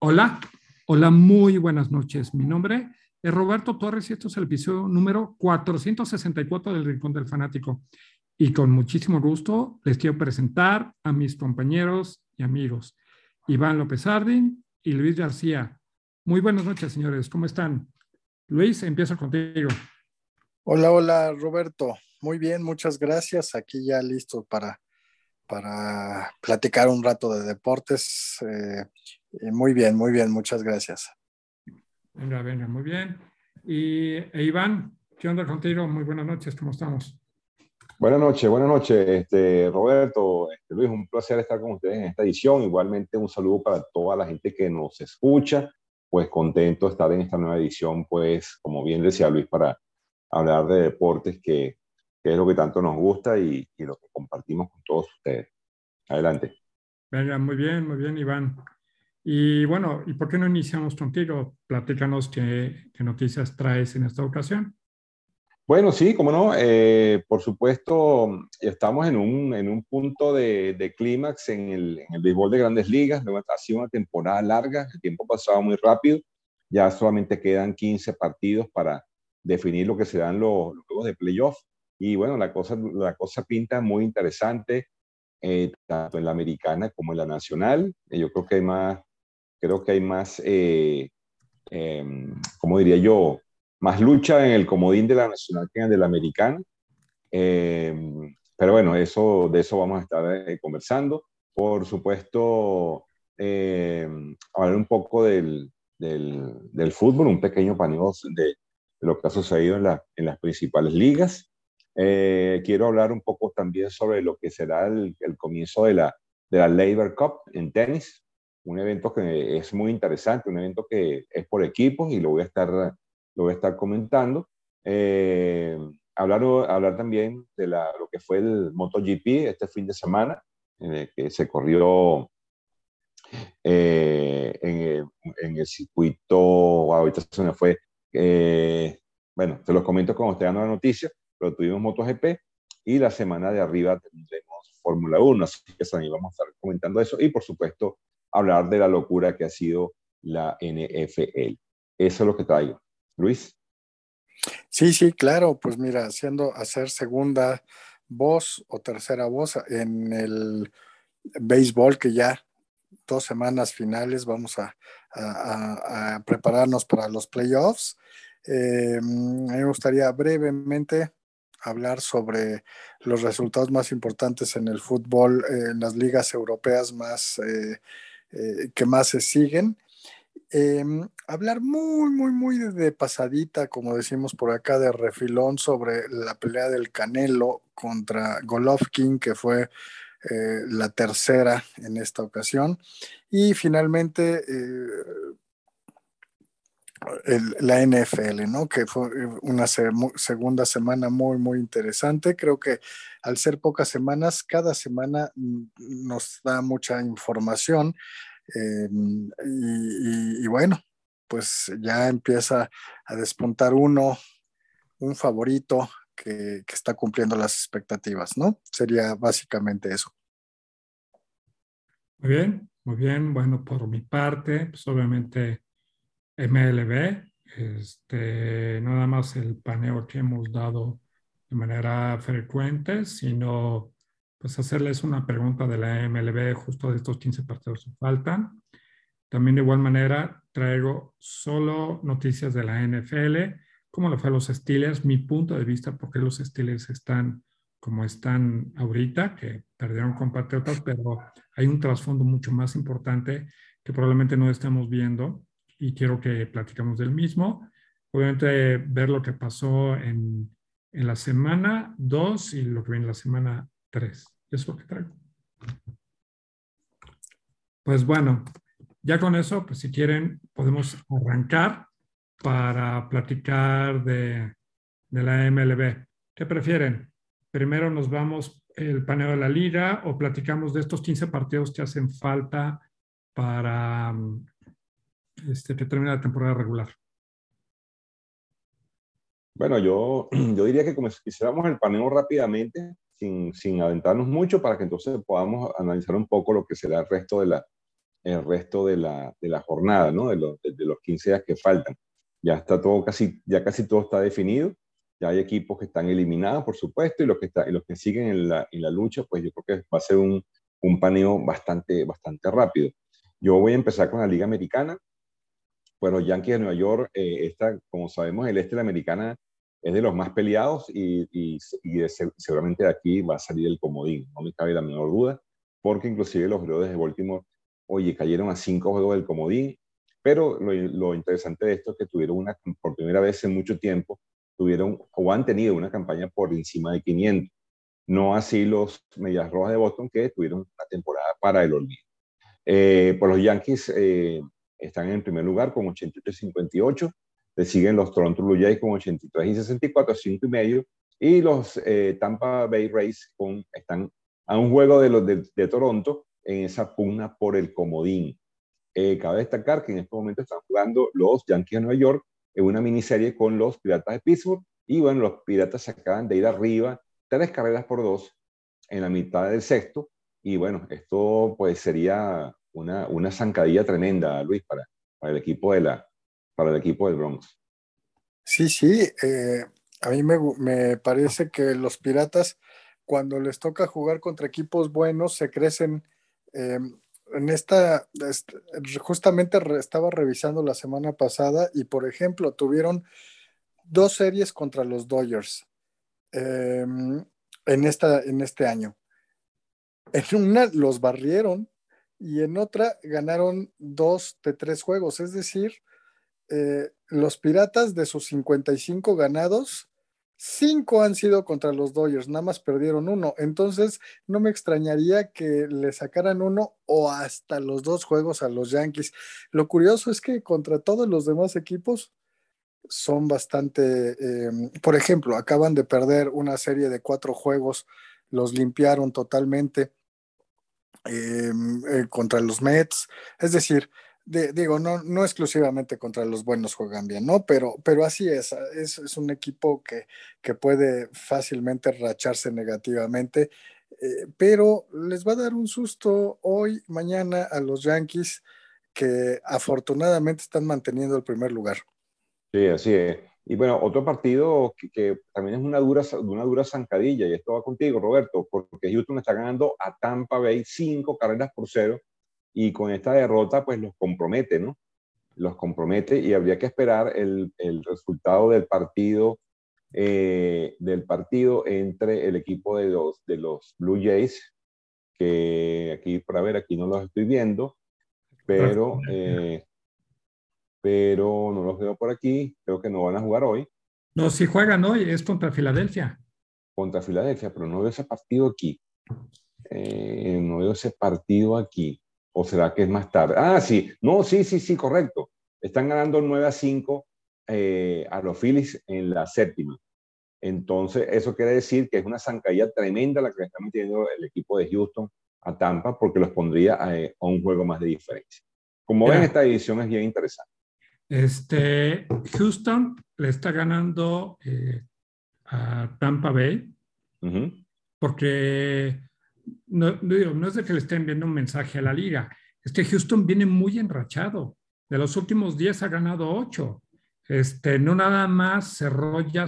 Hola, hola, muy buenas noches. Mi nombre es Roberto Torres y esto es el episodio número 464 del Rincón del Fanático. Y con muchísimo gusto les quiero presentar a mis compañeros y amigos, Iván López Ardín y Luis García. Muy buenas noches, señores. ¿Cómo están? Luis, empiezo contigo. Hola, hola Roberto. Muy bien, muchas gracias. Aquí ya listo para platicar un rato de deportes. Y muy bien, muchas gracias. Venga, venga, muy bien. Iván, ¿qué onda contigo? Muy buenas noches, ¿cómo estamos? Buenas noches, Roberto, Luis, un placer estar con ustedes en esta edición. Igualmente un saludo para toda la gente que nos escucha, pues contento de estar en esta nueva edición, pues como bien decía Luis, para hablar de deportes, que es lo que tanto nos gusta y lo que compartimos con todos ustedes. Adelante. Venga, muy bien, Iván. Y bueno, ¿y por qué no iniciamos contigo? Platícanos qué noticias traes en esta ocasión. Bueno, sí, cómo no. Por supuesto, estamos en un punto de clímax en el béisbol de Grandes Ligas. Ha sido una temporada larga, el tiempo ha pasado muy rápido. Ya solamente quedan 15 partidos para definir lo que serán los juegos de playoff. Y bueno, la cosa pinta muy interesante, tanto en la americana como en la nacional. Yo creo que hay más, ¿cómo diría yo? Más lucha en el comodín de la nacional que en el de la americana. Eh, pero bueno, de eso vamos a estar conversando. Por supuesto, hablar un poco del fútbol, un pequeño paneo de lo que ha sucedido en las principales ligas. Quiero hablar un poco también sobre lo que será el comienzo de la Labor Cup en tenis, un evento que es muy interesante, un evento que es por equipos y lo voy a estar comentando. Hablar también de lo que fue el MotoGP este fin de semana, que se corrió en el circuito, ahorita se me fue, bueno, te los comento cuando esté dando la noticia, pero tuvimos MotoGP y la semana de arriba tendremos Fórmula 1, así que también vamos a estar comentando eso y por supuesto hablar de la locura que ha sido la NFL. Eso es lo que traigo. Luis. Sí, sí, claro, pues mira, hacer segunda voz o tercera voz en el béisbol, que ya 2 semanas finales vamos a prepararnos para los playoffs. A mí me gustaría brevemente hablar sobre los resultados más importantes en el fútbol, en las ligas europeas que más se siguen. Eh, Hablar muy de pasadita, como decimos por acá, de refilón sobre la pelea del Canelo contra Golovkin, que fue la tercera en esta ocasión. Y finalmente la NFL, ¿no? Que fue una segunda semana muy interesante. Creo que al ser pocas semanas, cada semana nos da mucha información. Y bueno, pues ya empieza a despuntar un favorito que está cumpliendo las expectativas, ¿no? Sería básicamente eso. Muy bien, muy bien. Bueno, por mi parte, pues obviamente MLB, nada más el paneo que hemos dado de manera frecuente, sino pues hacerles una pregunta de la MLB justo de estos 15 partidos que faltan. También de igual manera traigo solo noticias de la NFL, cómo le fue a los Steelers, mi punto de vista, porque los Steelers están como están ahorita, que perdieron con Patriotas, pero hay un trasfondo mucho más importante que probablemente no estamos viendo y quiero que platicamos del mismo. Obviamente ver lo que pasó en la semana 2 y lo que viene en la semana 3. Es lo que traigo. Pues bueno, ya con eso, pues si quieren, podemos arrancar para platicar de la MLB. ¿Qué prefieren? Primero nos vamos el paneo de la liga o platicamos de estos 15 partidos que hacen falta para que termine la temporada regular. Bueno, yo diría que como si quisiéramos el paneo rápidamente, sin aventarnos mucho, para que entonces podamos analizar un poco lo que será el resto el resto de la jornada, ¿no? De los 15 días que faltan. Ya está todo ya casi todo está definido. Ya hay equipos que están eliminados, por supuesto, y los que siguen en la lucha, pues yo creo que va a ser un paneo bastante rápido. Yo voy a empezar con la Liga Americana. Pues los Yankees de Nueva York, como sabemos, el este de la Americana es de los más peleados seguramente de aquí va a salir el comodín, no me cabe la menor duda, porque inclusive los Orioles de Baltimore, oye, cayeron a 5 juegos del comodín, pero lo interesante de esto es que tuvieron por primera vez en mucho tiempo, tuvieron o han tenido una campaña por encima de 500. No así los Medias Rojas de Boston, que tuvieron una temporada para el olvido. Pues los Yankees están en primer lugar con 88-58. Le siguen los Toronto Blue Jays con 83-64, 5.5. Y los Tampa Bay Rays están a un juego de Toronto en esa pugna por el comodín. Cabe destacar que en este momento están jugando los Yankees de Nueva York en una miniserie con los Piratas de Pittsburgh. Y bueno, los Piratas se acaban de ir arriba 3 carreras por 2 en la mitad del sexto. Y bueno, esto pues sería una zancadilla tremenda, Luis, para el equipo para el equipo del Bronx. Sí, sí, a mí me parece que los Piratas, cuando les toca jugar contra equipos buenos, se crecen. En justamente estaba revisando la semana pasada y, por ejemplo, tuvieron 2 series contra los Dodgers en este año. En una los barrieron y en otra ganaron 2 de 3 juegos. Es decir, los Piratas de sus 55 ganados, 5 han sido contra los Dodgers, nada más perdieron 1. Entonces, no me extrañaría que le sacaran 1 o hasta los 2 juegos a los Yankees. Lo curioso es que contra todos los demás equipos son bastante, por ejemplo, acaban de perder una serie de 4 juegos, los limpiaron totalmente contra los Mets. Es decir, digo, no exclusivamente contra los buenos juegan bien, ¿no? Pero así es un equipo que puede fácilmente racharse negativamente, pero les va a dar un susto hoy, mañana a los Yankees, que afortunadamente están manteniendo el primer lugar. Sí, así es. Y bueno, otro partido que también es una dura zancadilla, y esto va contigo, Roberto, porque Houston está ganando a Tampa Bay 5 carreras por 0, y con esta derrota pues los compromete, ¿no? Los compromete y habría que esperar el resultado del partido entre el equipo de los Blue Jays, que aquí, para ver, aquí no los estoy viendo, pero no los veo por aquí, creo que no van a jugar hoy. No, si juegan hoy es contra Filadelfia. Contra Filadelfia, pero no veo ese partido aquí. No veo ese partido aquí. ¿O será que es más tarde? Ah, sí. No, sí, correcto. Están ganando 9-5 a los Phillies en la séptima. Entonces, eso quiere decir que es una zancadilla tremenda la que está metiendo el equipo de Houston a Tampa, porque los pondría a un juego más de diferencia. Como ven, esta división es bien interesante. Houston le está ganando a Tampa Bay, porque no es de que le estén enviando un mensaje a la liga, es que Houston viene muy enrachado. De los últimos 10 ha ganado 8. No nada más cerró ya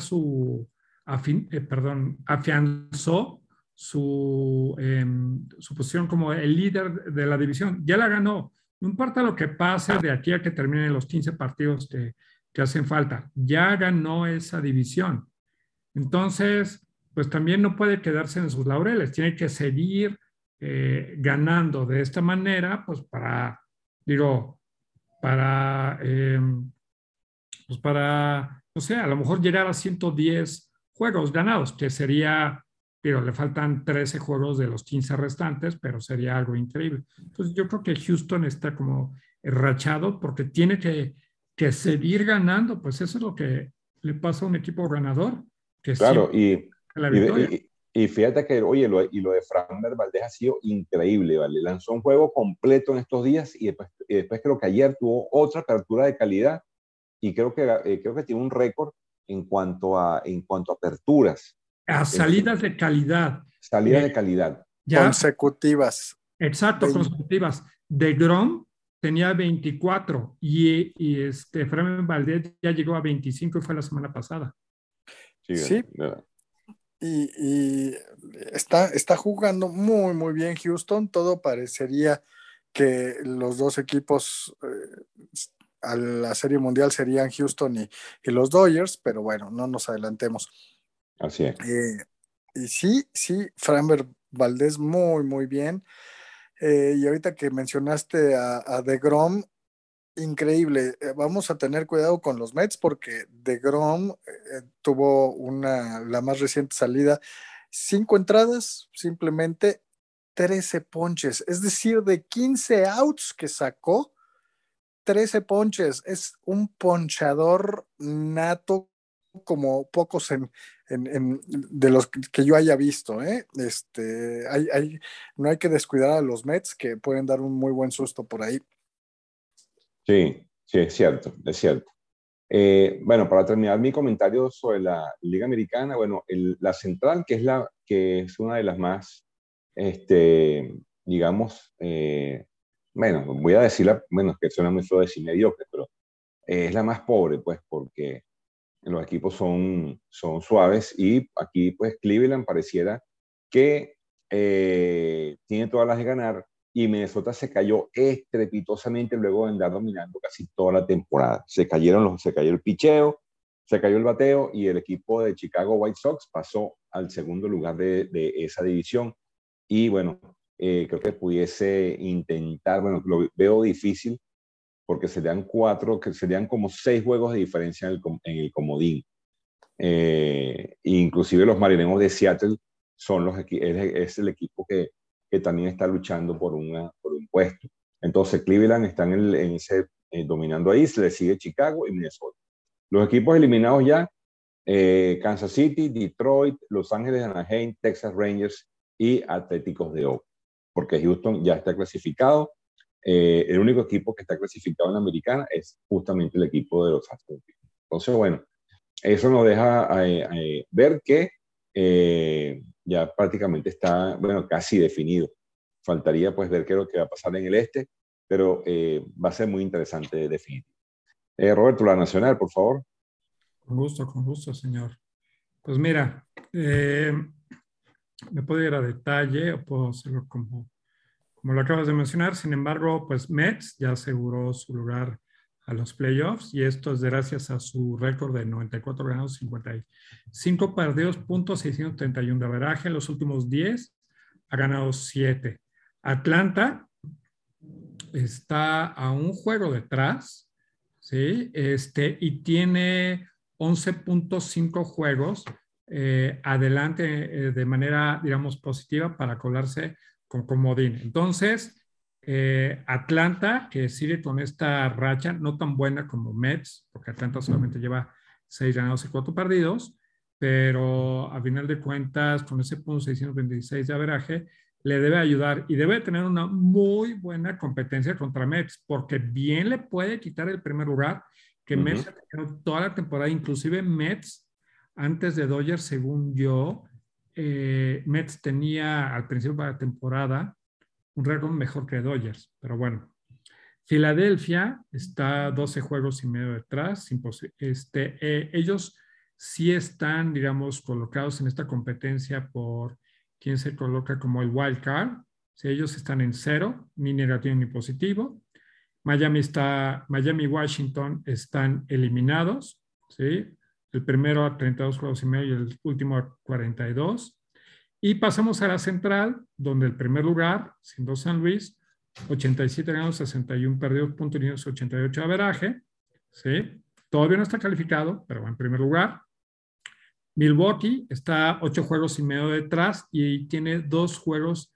afianzó su posición como el líder de la división. Ya la ganó. No importa lo que pase de aquí a que terminen los 15 partidos que hacen falta. Ya ganó esa división. Entonces, pues también no puede quedarse en sus laureles. Tiene que seguir ganando de esta manera, pues no sé, a lo mejor llegar a 110 juegos ganados, que sería, le faltan 13 juegos de los 15 restantes, pero sería algo increíble. Entonces yo creo que Houston está como enrachado porque tiene que seguir ganando, pues eso es lo que le pasa a un equipo ganador, que claro, siempre la victoria. Y fíjate que, oye, lo de Framber Valdez ha sido increíble, ¿vale? Lanzó un juego completo en estos días y después creo que ayer tuvo otra apertura de calidad y creo que tiene un récord en cuanto a aperturas. A salidas de calidad. Salidas de calidad. Ya, consecutivas. Exacto, consecutivas. DeGrom tenía 24 y Framber Valdez ya llegó a 25 y fue la semana pasada. Sí, y está jugando muy, muy bien Houston. Todo parecería que los dos equipos a la Serie Mundial serían Houston y los Dodgers, pero bueno, no nos adelantemos. Así es. Y sí, Framber Valdez muy, muy bien. Y ahorita que mencionaste a DeGrom, increíble. Vamos a tener cuidado con los Mets porque DeGrom tuvo la más reciente salida, 5 entradas, simplemente 13 ponches. Es decir, de 15 outs que sacó, 13 ponches. Es un ponchador nato como pocos de los que yo haya visto. No hay que descuidar a los Mets que pueden dar un muy buen susto por ahí. Sí, sí, es cierto, es cierto. Bueno, para terminar mi comentario sobre la Liga Americana, bueno, la Central, que es una de las más, digamos, bueno, voy a decirla, bueno, que suena muy feo decir mediocre, pero es la más pobre, pues, porque los equipos son suaves y aquí, pues, Cleveland pareciera que tiene todas las de ganar y Minnesota se cayó estrepitosamente luego de andar dominando casi toda la temporada. Se cayó el picheo, se cayó el bateo y el equipo de Chicago White Sox pasó al segundo lugar de esa división. Y bueno, creo que pudiese intentar, bueno, lo veo difícil porque serían como 6 juegos de diferencia en el comodín. Inclusive los Marineros de Seattle es el equipo que también está luchando por un puesto. Entonces Cleveland está dominando ahí, se le sigue Chicago y Minnesota. Los equipos eliminados ya, Kansas City, Detroit, Los Ángeles de Anaheim, Texas Rangers y Atléticos de Oakland, porque Houston ya está clasificado. El único equipo que está clasificado en la americana es justamente el equipo de los Astros. Entonces, bueno, eso nos deja ver que ya prácticamente está, bueno, casi definido. Faltaría pues ver qué es lo que va a pasar en el este, pero va a ser muy interesante definir. Roberto, la nacional, por favor. Con gusto, señor. Pues mira, me puedo ir a detalle o puedo hacerlo como lo acabas de mencionar. Sin embargo, pues Mets ya aseguró su lugar a los playoffs y esto es gracias a su récord de 94 ganados, 55 perdidos, .631 de averaje. En los últimos 10 ha ganado 7. Atlanta está a un juego detrás, ¿sí? Y tiene 11.5 juegos adelante de manera, digamos, positiva para colarse con comodín. Entonces, Atlanta, que sigue con esta racha, no tan buena como Mets, porque Atlanta solamente lleva 6 ganados y 4 perdidos, pero a final de cuentas, con ese .626 de averaje, le debe ayudar y debe tener una muy buena competencia contra Mets, porque bien le puede quitar el primer lugar, que Mets ha tenido toda la temporada, inclusive Mets, antes de Dodgers, según yo, Mets tenía al principio de la temporada un récord mejor que Dodgers, pero bueno. Filadelfia está 12 juegos y medio detrás. Ellos sí están, digamos, colocados en esta competencia por quién se coloca como el wild card. Si ellos están en 0, ni negativo ni positivo. Miami y Washington están eliminados, ¿sí? El primero a 32 juegos y medio y el último a 42. Y pasamos a la central, donde el primer lugar, siendo San Luis, 87 ganados, 61 perdidos, .88 de averaje, ¿sí? Todavía no está calificado, pero va en primer lugar. Milwaukee está 8 juegos y medio detrás y tiene 2 juegos,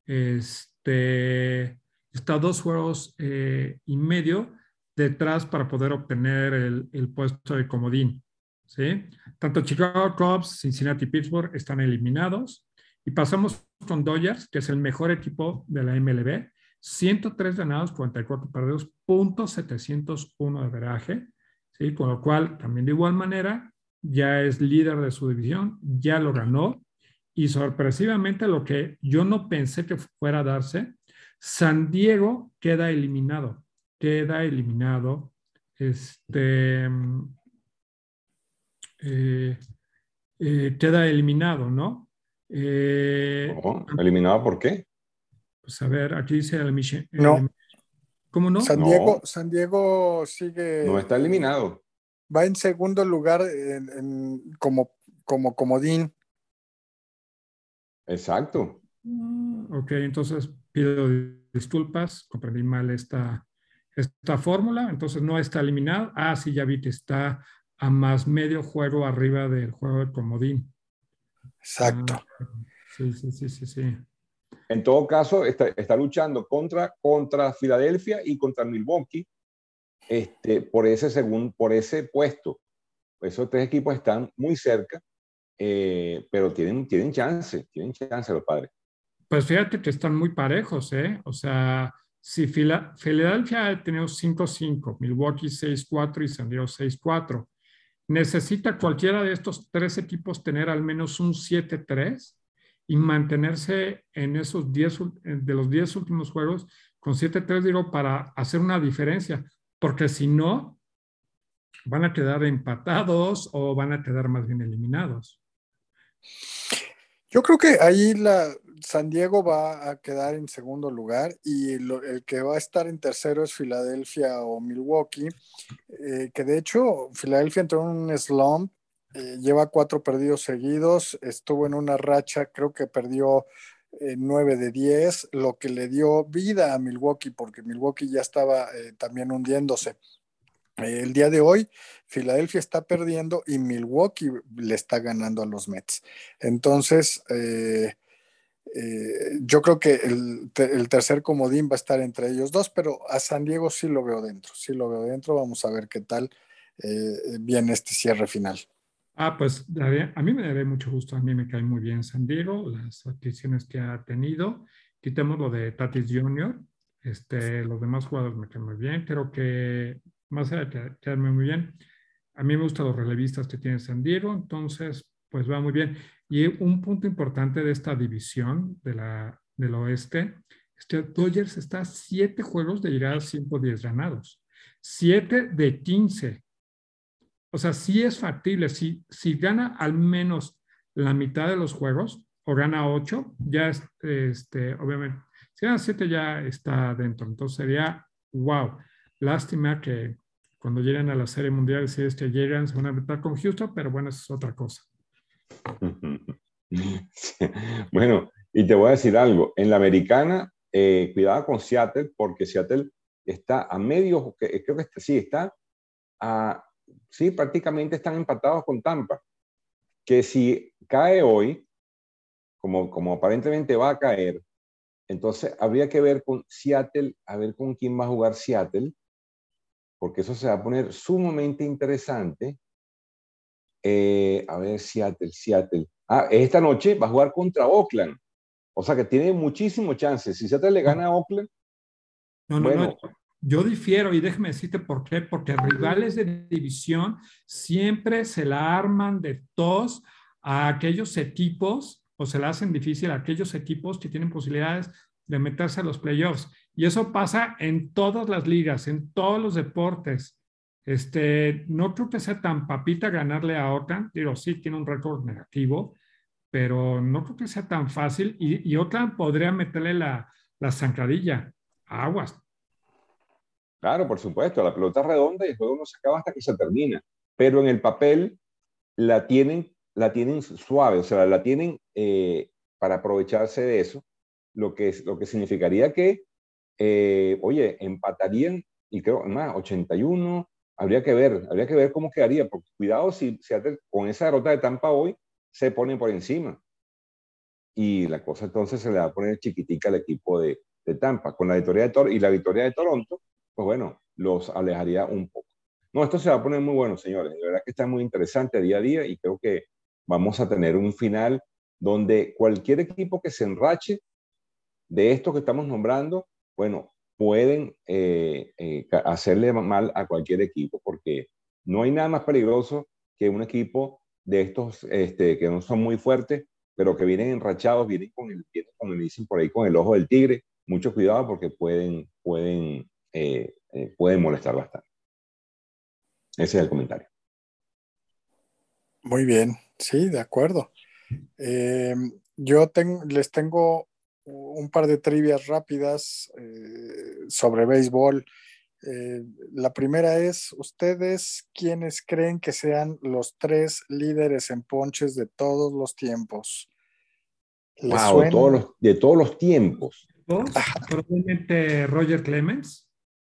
está 2 juegos y medio detrás para poder obtener el puesto de comodín, ¿sí? Tanto Chicago Cubs, Cincinnati y Pittsburgh están eliminados. Y pasamos con Dodgers, que es el mejor equipo de la MLB, 103 ganados, 44 perdidos, .701 de averaje, ¿sí? Con lo cual, también de igual manera, ya es líder de su división, ya lo ganó y sorpresivamente lo que yo no pensé que fuera a darse San Diego queda eliminado. Queda eliminado. Eh, Queda eliminado, ¿no? No, ¿eliminado por qué? Pues a ver, aquí dice No, ¿cómo no? No, San Diego no sigue, está eliminado. va en segundo lugar como comodín. Exacto. Ok, entonces pido disculpas, comprendí mal esta fórmula, entonces no está eliminado. Ah, sí, ya vi que está a más medio juego arriba del juego de comodín. Ah, Exacto. sí, sí, sí, sí, sí. En todo caso, está luchando contra Filadelfia y contra Milwaukee por ese puesto. Esos tres equipos están muy cerca, pero tienen chance los padres. Pues fíjate que están muy parejos, ¿eh? O sea, si Filadelfia ha tenido 5-5, Milwaukee 6-4 y San Diego 6-4. Necesita cualquiera de estos tres equipos tener al menos un 7-3 y mantenerse en esos 10 de los 10 últimos juegos con 7-3, digo, para hacer una diferencia, porque si no, van a quedar empatados o van a quedar más bien eliminados. Yo creo que ahí San Diego va a quedar en segundo lugar y el que va a estar en tercero es Filadelfia o Milwaukee, que de hecho Filadelfia entró en un slump, lleva 4 perdidos seguidos, estuvo en una racha, creo que perdió 9 de 10, lo que le dio vida a Milwaukee porque Milwaukee ya estaba también hundiéndose. El día de hoy, Filadelfia está perdiendo y Milwaukee le está ganando a los Mets. Entonces, yo creo que el tercer comodín va a estar entre ellos dos, pero a San Diego sí lo veo dentro, sí lo veo dentro. Vamos a ver qué tal viene este cierre final. Ah, pues a mí me daría mucho gusto, a mí me cae muy bien San Diego, las adquisiciones que ha tenido. Quitemos lo de Tatis Jr., los demás jugadores me caen muy bien, creo que más allá de quedarme muy bien, a mí me gustan los relevistas que tiene San Diego, entonces pues va muy bien. Y un punto importante de esta división del oeste es que Dodgers está a 7 juegos de llegar a 110 ganados, 7 de 15. O sea, sí es factible. Si gana al menos la mitad de los juegos o gana 8, ya es, obviamente, si gana 7 ya está dentro. Entonces sería, wow. Lástima que cuando lleguen a la Serie Mundial, si es que llegan, se van a meter con Houston, pero bueno, eso es otra cosa. Bueno, y te voy a decir algo. En la americana, cuidado con Seattle, porque Seattle está a medio, creo que sí, está a, sí, prácticamente están empatados con Tampa. Que si cae hoy, como aparentemente va a caer, entonces habría que ver con Seattle, a ver con quién va a jugar Seattle, porque eso se va a poner sumamente interesante. A ver, Seattle. Ah, esta noche va a jugar contra Oakland. O sea que tiene muchísimo chance. Si Seattle le gana a Oakland, No, no, no. bueno, Yo difiero y déjeme decirte por qué. Porque rivales de división siempre se la arman de tos a aquellos equipos o se la hacen difícil a aquellos equipos que tienen posibilidades de meterse a los playoffs. Y eso pasa en todas las ligas, en todos los deportes. No creo que sea tan papita ganarle a Oakland. Digo, sí, tiene un récord negativo, pero no creo que sea tan fácil. Y Oakland podría meterle la zancadilla. Aguas. claro, por supuesto, la pelota es redonda y el juego no se acaba hasta que se termina. Pero en el papel la tienen suave, o sea, la tienen para aprovecharse de eso, lo que significaría que, oye, empatarían y creo, más, 81, habría que ver cómo quedaría, porque cuidado si con esa derrota de Tampa hoy se pone por encima. Y la cosa entonces se le va a poner chiquitica al equipo de Tampa. Con la victoria y la victoria de Toronto, pues bueno, los alejaría un poco. No, esto se va a poner muy bueno, señores. De verdad que está muy interesante día a día y creo que vamos a tener un final donde cualquier equipo que se enrache de estos que estamos nombrando, bueno, pueden hacerle mal a cualquier equipo, porque no hay nada más peligroso que un equipo de estos que no son muy fuertes, pero que vienen enrachados, vienen como dicen por ahí, con el ojo del tigre, mucho cuidado porque pueden molestar bastante. Ese es el comentario. Muy bien, sí, de acuerdo. Les tengo un par de trivias rápidas sobre béisbol. La primera es, ¿ustedes quiénes creen que sean los tres líderes en ponches de todos los tiempos? ¿Les Wow, suena? de todos los tiempos. Dos, probablemente Roger Clemens.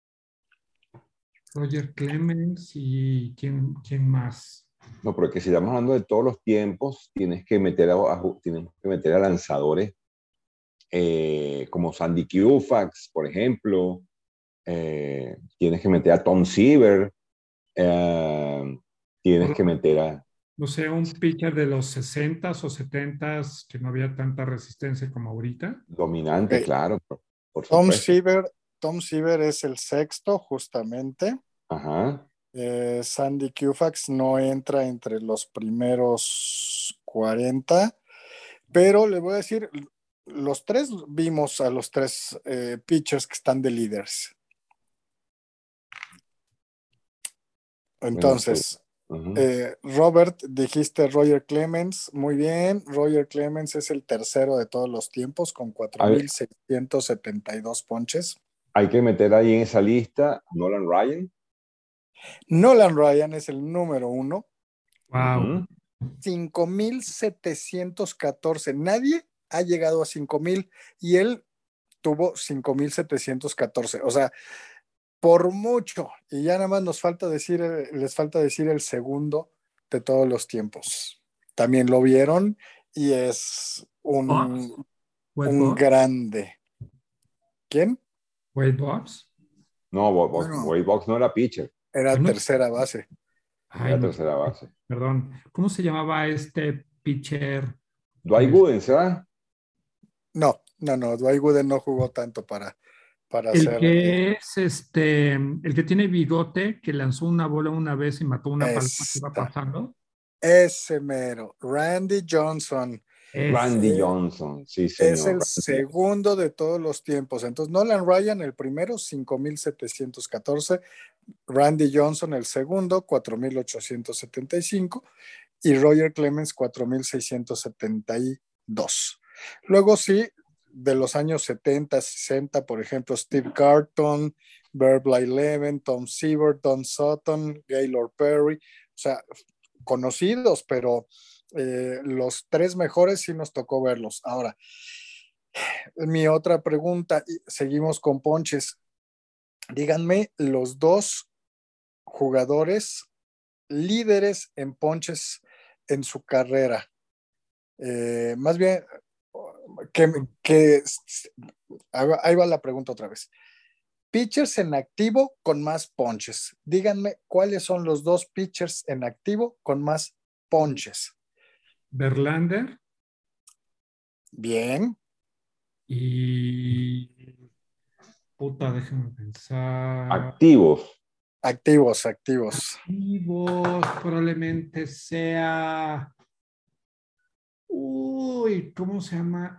Roger Clemens y ¿quién más? No, porque si estamos hablando de todos los tiempos, tienes que meter a lanzadores como Sandy Koufax, por ejemplo. Tienes que meter a Tom Seaver. Tienes que meter a... No sé, un pitcher de los 60s o 70s que no había tanta resistencia como ahorita. Dominante, Okay. claro, por Tom supuesto. Seaver es el sexto, justamente. Ajá. Sandy Koufax no entra entre los primeros 40, pero le voy a decir, los tres vimos a los tres pitchers que están de líderes. Bueno, Entonces, uh-huh. Robert, dijiste Roger Clemens, muy bien. Roger Clemens es el tercero de todos los tiempos con 4,672 ponches. Hay que meter ahí en esa lista Nolan Ryan. Nolan Ryan es el número uno. Wow. Uh-huh. 5,714. Nadie ha llegado a 5,000 y él tuvo 5,714. O sea, por mucho. Y ya nada más les falta decir el segundo de todos los tiempos. También lo vieron y es un grande. ¿Quién? Wade Boggs. No, Bueno, Wade Boggs no era pitcher. era tercera base. Era tercera base. Perdón. ¿Cómo se llamaba este pitcher? Dwight Gooden, ¿será? No. Dwight Gooden no jugó tanto para El hacer. que es el que tiene bigote, que lanzó una bola una vez y mató una paloma que iba pasando. Ese mero, Randy Johnson. Randy Johnson, sí, Es señor. el segundo de todos los tiempos. Entonces, Nolan Ryan, el primero, 5,714. Randy Johnson, el segundo, 4,875. Y Roger Clemens, 4,672. Luego, sí, de los años 70, 60, por ejemplo, Steve Carton, Barb Blyleven, Tom Seaver, Don Sutton, Gaylord Perry. O sea, conocidos, pero los tres mejores sí nos tocó verlos. Ahora, mi otra pregunta, seguimos con ponches. Díganme los dos jugadores líderes en ponches en su carrera. Más bien, ahí va la pregunta otra vez. Pitchers en activo con más ponches. Díganme cuáles son los dos pitchers en activo con más ponches. Verlander. Bien. Y puta, déjame pensar. Activos. Activos. Probablemente sea. Uy, ¿cómo se llama?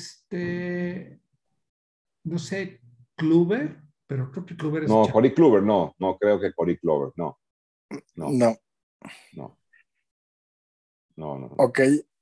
No sé, Kluber, pero creo que Kluber es No, Corey Kluber, no creo que Corey Kluber, no. Ok,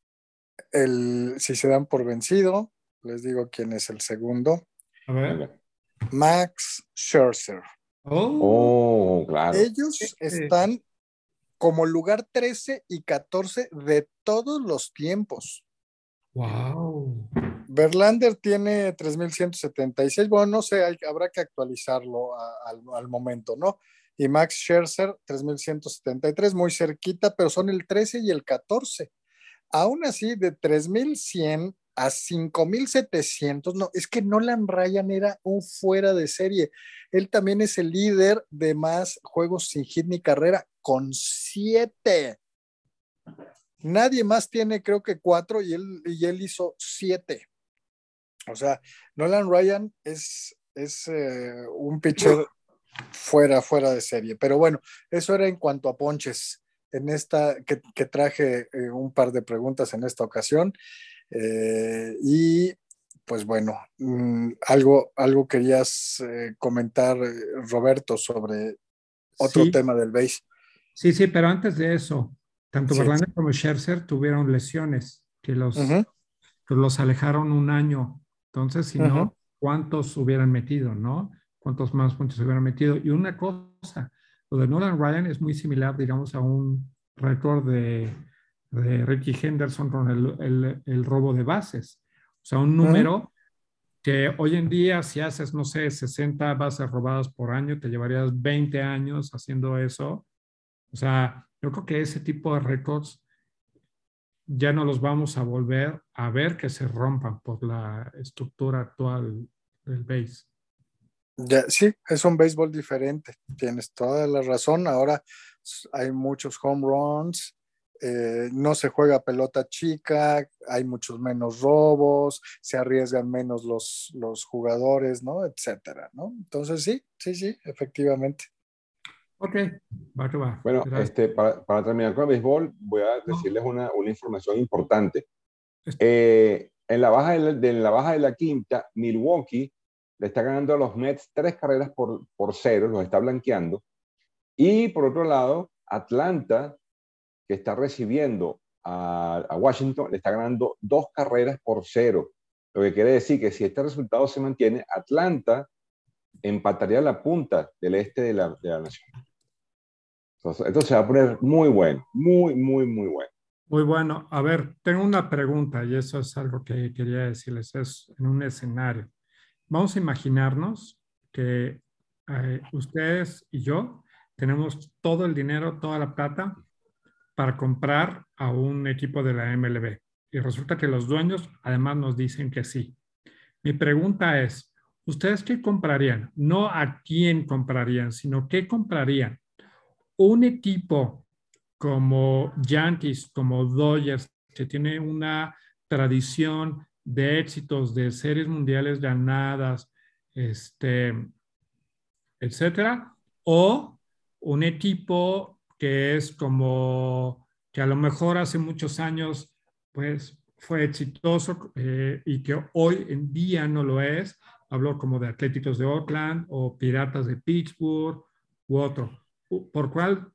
si se dan por vencido, les digo quién es el segundo. A ver. Max Scherzer. Oh, claro. Ellos están como lugar 13 y 14 de todos los tiempos. Wow. Verlander tiene 3,176. Bueno, no sé, habrá que actualizarlo al momento, ¿no? Y Max Scherzer, 3,173, muy cerquita, pero son el 13 y el 14. Aún así, de 3,100 a 5,700, no, es que Nolan Ryan era un fuera de serie. Él también es el líder de más juegos sin hit ni carrera, con 7. Nadie más tiene, creo que 4, y él hizo 7. O sea, Nolan Ryan es un pitcher fuera de serie. Pero bueno, eso era en cuanto a ponches. En esta que traje un par de preguntas en esta ocasión. Y pues bueno, algo querías comentar, Roberto, sobre otro Sí, tema del base. sí, sí, pero antes de eso, tanto Sí. Verlander como Scherzer tuvieron lesiones Ujú, que los alejaron un año. Entonces, si ujú. no, ¿cuántos hubieran metido, no? ¿Cuántos más puntos hubieran metido? Y una cosa, lo de Nolan Ryan es muy similar, digamos, a un récord de Ricky Henderson con el robo de bases. O sea, un Ujú. número que hoy en día, si haces, no sé, 60 bases robadas por año, te llevarías 20 años haciendo eso. O sea, yo creo que ese tipo de récords ya no los vamos a volver a ver que se rompan por la estructura actual del base. Ya, sí, es un béisbol diferente, tienes toda la razón. Ahora hay muchos home runs, no se juega pelota chica, hay muchos menos robos, se arriesgan menos los jugadores, ¿no? Etcétera, ¿no? Entonces sí, sí, sí, efectivamente. Ok, va que va. Bueno, Gracias. para terminar con el béisbol, voy a No, decirles una información importante. es- En la baja de la quinta, Milwaukee le está ganando a los Mets 3 carreras por cero, los está blanqueando. Y por otro lado, Atlanta, que está recibiendo a Washington, le está ganando 2 carreras por cero. Lo que quiere decir que si este resultado se mantiene, Atlanta empataría la punta del este de la nación. Entonces, esto se va a poner muy bueno, muy, muy, muy bueno. muy bueno. A ver, tengo una pregunta y eso es algo que quería decirles. Es en un escenario. Vamos a imaginarnos que ustedes y yo tenemos todo el dinero, toda la plata para comprar a un equipo de la MLB. Y resulta que los dueños además nos dicen que sí. Mi pregunta es, ¿ustedes qué comprarían? No a quién comprarían, sino qué comprarían. Un equipo como Yankees, como Dodgers, que tiene una tradición de éxitos, de series mundiales ganadas, este, etcétera, o un equipo que es como que a lo mejor hace muchos años pues fue exitoso y que hoy en día no lo es. Hablo como de Atléticos de Oakland o Piratas de Pittsburgh u otro. ¿Por cuál,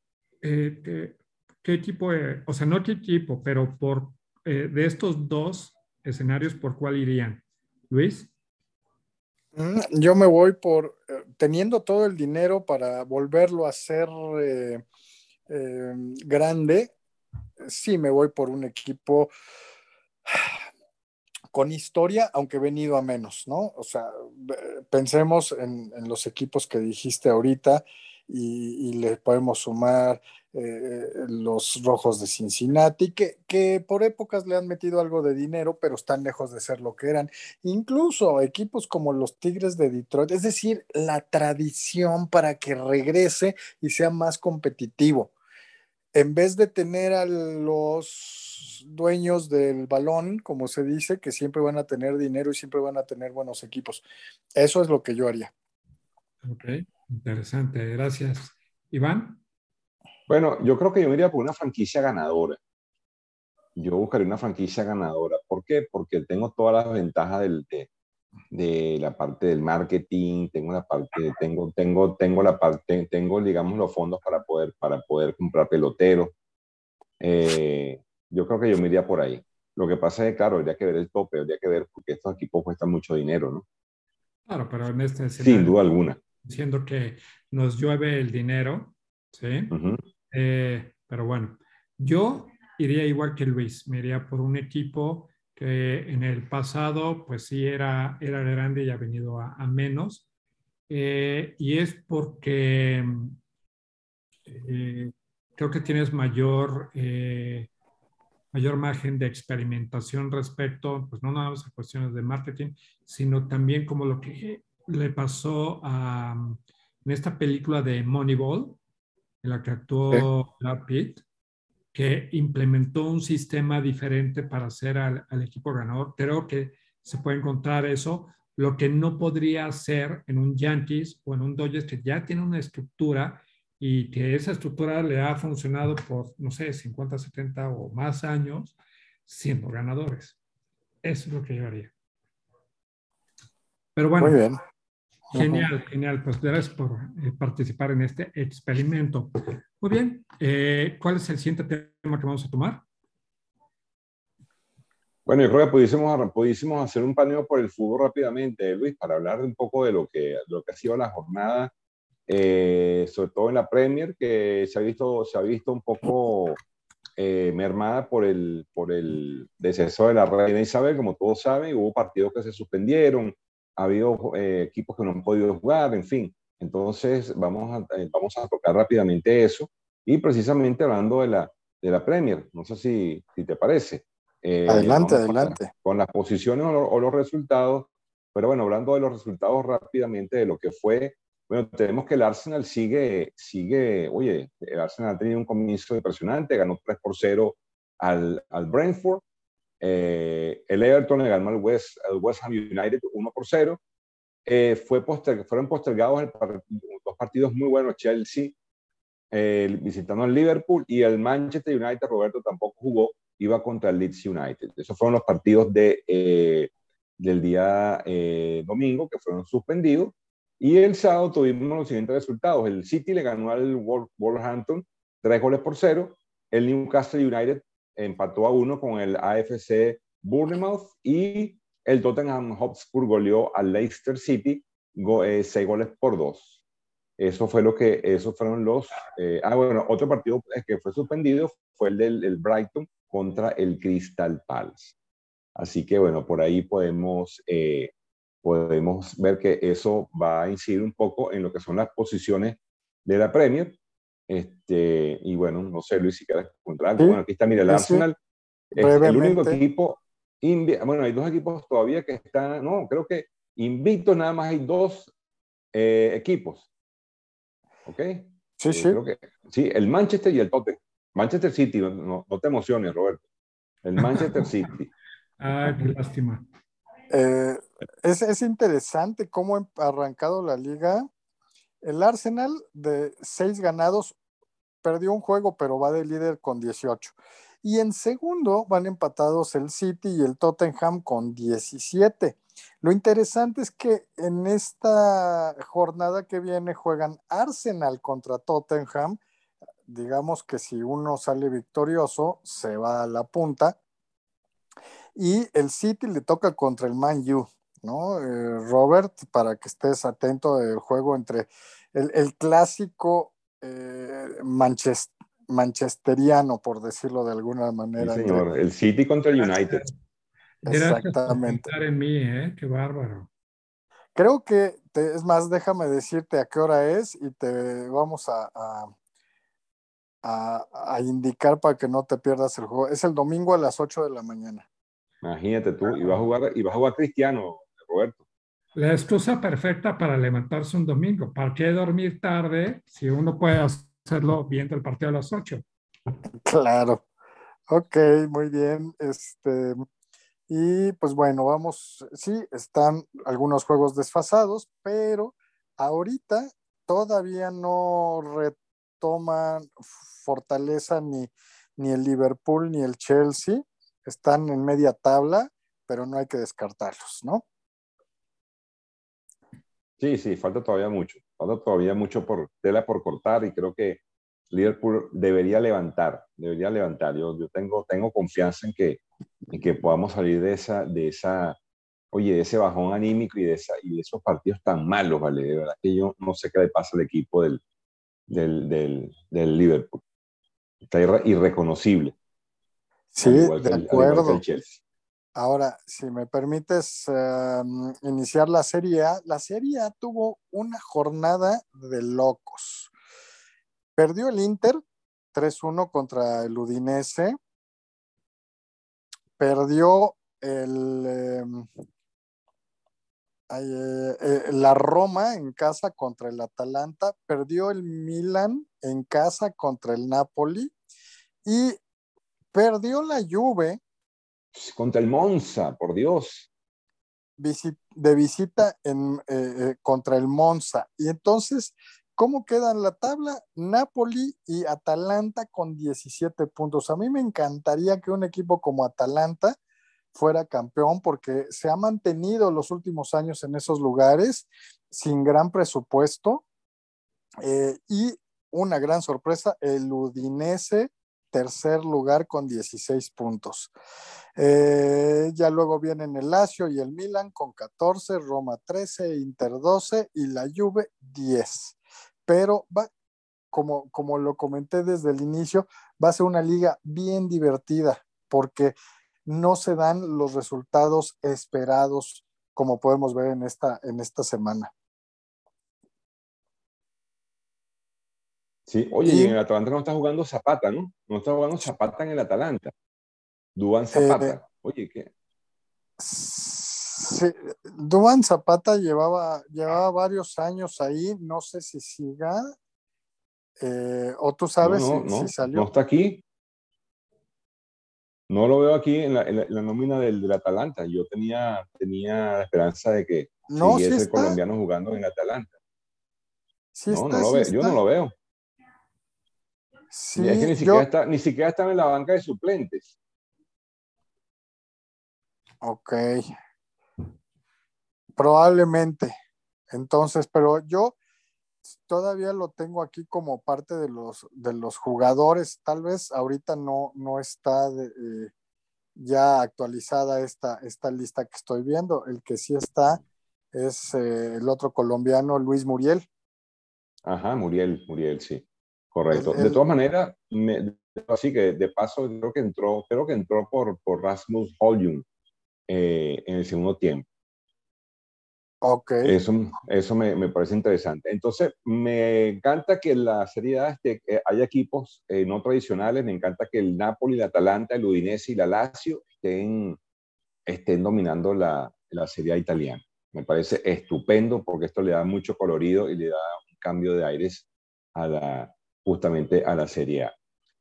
qué tipo, o sea, no qué tipo, pero por de estos dos escenarios, ¿por cuál irían? Luis. Yo me voy teniendo todo el dinero para volverlo a hacer grande, sí me voy por un equipo con historia, aunque venido a menos, ¿no? O sea, pensemos en los equipos que dijiste ahorita y le podemos sumar los Rojos de Cincinnati, que por épocas le han metido algo de dinero, pero están lejos de ser lo que eran. Incluso equipos como los Tigres de Detroit, es decir, la tradición para que regrese y sea más competitivo en vez de tener a los dueños del balón, como se dice, que siempre van a tener dinero y siempre van a tener buenos equipos. Eso es lo que yo haría. Ok, interesante, gracias. Iván. Bueno, yo creo que yo me iría por una franquicia ganadora. Yo buscaría una franquicia ganadora. ¿Por qué? Porque tengo todas las ventajas de la parte del marketing, tengo la parte, tengo la parte, tengo, digamos, los fondos para poder comprar peloteros. Yo creo que yo me iría por ahí. Lo que pasa es que, claro, habría que ver el tope, habría que ver porque estos equipos cuestan mucho dinero, ¿no? Claro, pero en este Sin escenario, duda alguna. diciendo que nos llueve el dinero, ¿sí? Ujú. Pero bueno, yo iría igual que Luis, me iría por un equipo que en el pasado, pues sí, era grande y ha venido a menos. Y es porque eh, creo que tienes mayor margen de experimentación respecto, pues no nada más a cuestiones de marketing, sino también como lo que le pasó en esta película de Moneyball, en la que Sí. actuó Brad Pitt, que implementó un sistema diferente para hacer al equipo ganador. Creo que se puede encontrar eso, lo que no podría hacer en un Yankees o en un Dodgers que ya tiene una estructura y que esa estructura le ha funcionado por, no sé, 50, 70 o más años siendo ganadores. Eso es lo que yo haría. Pero Muy bueno, bien. genial, genial. Pues gracias por participar en este experimento. Muy bien. ¿Cuál es el siguiente tema que vamos a tomar? Bueno, yo creo que pudiésemos hacer un paneo por el fútbol rápidamente, Luis, para hablar un poco de lo que ha sido la jornada, sobre todo en la Premier, que se ha visto un poco mermada por el deceso de la reina Isabel, como todos saben. Hubo partidos que se suspendieron, ha habido equipos que no han podido jugar, en fin. Entonces, vamos a tocar rápidamente eso. Y precisamente hablando de la Premier, no sé si te parece. Adelante, Vamos adelante. con las posiciones o los resultados. Pero bueno, hablando de los resultados rápidamente de lo que fue, bueno, tenemos que el Arsenal oye, el Arsenal ha tenido un comienzo impresionante, ganó 3-0 al Brentford. El Everton le ganó al West Ham United 1-0. Fueron postergados dos partidos muy buenos, Chelsea visitando al Liverpool, y el Manchester United, Roberto, tampoco jugó, iba contra el Leeds United. Esos fueron los partidos del día domingo, que fueron suspendidos. Y el sábado tuvimos los siguientes resultados. El City le ganó al Wolverhampton 3-0. El Newcastle United empató a 1 con el AFC Bournemouth, y el Tottenham Hotspur goleó al Leicester City 6-2. Esos fueron los. Bueno, otro partido que fue suspendido fue el Brighton contra el Crystal Palace. Así que bueno, por ahí podemos ver que eso va a incidir un poco en lo que son las posiciones de la Premier. Y bueno, no sé, Luis, si quieres contar algo. Sí, Bueno, aquí está, mira, el sí, sí, Arsenal es el único brevemente. equipo. Bueno, hay dos equipos todavía que están. No, creo que invictos nada más hay dos equipos. ¿Ok? Sí, sí. Creo que sí, el Manchester y el Tottenham. Manchester City, no te emociones, Roberto. El Manchester City. Ay, qué lástima. Eh, es interesante cómo ha arrancado la liga. El Arsenal de 6 ganados perdió un juego, pero va de líder con 18. Y en segundo van empatados el City y el Tottenham con 17. Lo interesante es que en esta jornada que viene juegan Arsenal contra Tottenham. Digamos que si uno sale victorioso, se va a la punta. Y el City le toca contra el Man U, ¿no? Robert, para que estés atento del juego entre el clásico manchesteriano, por decirlo de alguna Sí, manera, entre señor. El City contra el United. Gracias por exactamente. pensar en mí, ¿eh? Qué bárbaro. Creo que, es más, déjame decirte a qué hora es y te vamos a indicar para que no te pierdas el juego. Es el domingo a las 8 de la mañana. Imagínate tú, y va a jugar Cristiano, Roberto. La excusa perfecta para levantarse un domingo. ¿Para qué dormir tarde si uno puede hacerlo viendo el partido a las 8? Claro. Ok, muy bien. Y pues bueno, vamos, sí, están algunos juegos desfasados, pero ahorita todavía no retoman fortaleza ni el Liverpool ni el Chelsea. Están en media tabla, pero no hay que descartarlos, ¿no? Sí, sí, falta todavía mucho. Falta todavía mucho por tela por cortar, y creo que Liverpool debería levantar, debería levantar. Yo tengo confianza en que podamos salir oye, de ese bajón anímico y de esos partidos tan malos, ¿vale? De verdad que yo no sé qué le pasa al equipo del Liverpool. Está irreconocible, Sí, de al igual que el acuerdo. Chelsea. Ahora, si me permites iniciar la Serie A tuvo una jornada de locos. Perdió el Inter 3-1 contra el Udinese. Perdió la Roma en casa contra el Atalanta. Perdió el Milan en casa contra el Napoli. Y perdió la Juve Contra el Monza, por Dios. de visita contra el Monza. Y entonces, ¿cómo queda en la tabla? Napoli y Atalanta con 17 puntos. A mí me encantaría que un equipo como Atalanta fuera campeón, porque se ha mantenido los últimos años en esos lugares sin gran presupuesto. Y una gran sorpresa, el Udinese, tercer lugar con 16 puntos. Ya luego vienen el Lazio y el Milan con 14, Roma 13, Inter 12 y la Juve 10. Pero como lo comenté desde el inicio, va a ser una liga bien divertida porque no se dan los resultados esperados como podemos ver en esta semana. Sí, oye, y en el Atalanta no está jugando Zapata, ¿no? No está jugando Zapata en el Atalanta. Duván Eh, Zapata. Oye, ¿qué? sí, Duván Zapata llevaba varios años ahí, no sé si siga, o tú No, sabes no, si no, no salió. está aquí. No lo veo aquí en la nómina del Atalanta. Yo tenía la esperanza de que No, siguiese el colombiano jugando en el Atalanta. No, no lo sí veo. Yo no está. lo veo. Es que Sí, yo, ni siquiera está en la banca de suplentes. ok, probablemente. Entonces, pero yo todavía lo tengo aquí como parte de los jugadores. Tal vez ahorita no está ya actualizada esta lista que estoy viendo. El que sí está es el otro colombiano, Luis Muriel. Ajá, Muriel, sí. Él, Correcto. De él, todas maneras, así que de paso creo que entró por Rasmus Højlund en el segundo tiempo. ok, Eso me parece interesante. Entonces, me encanta que en la Serie A haya equipos no tradicionales. Me encanta que el Napoli, el Atalanta, el Udinese y la Lazio estén dominando la Serie A italiana. Me parece estupendo porque esto le da mucho colorido y le da un cambio de aires a justamente a la Serie A.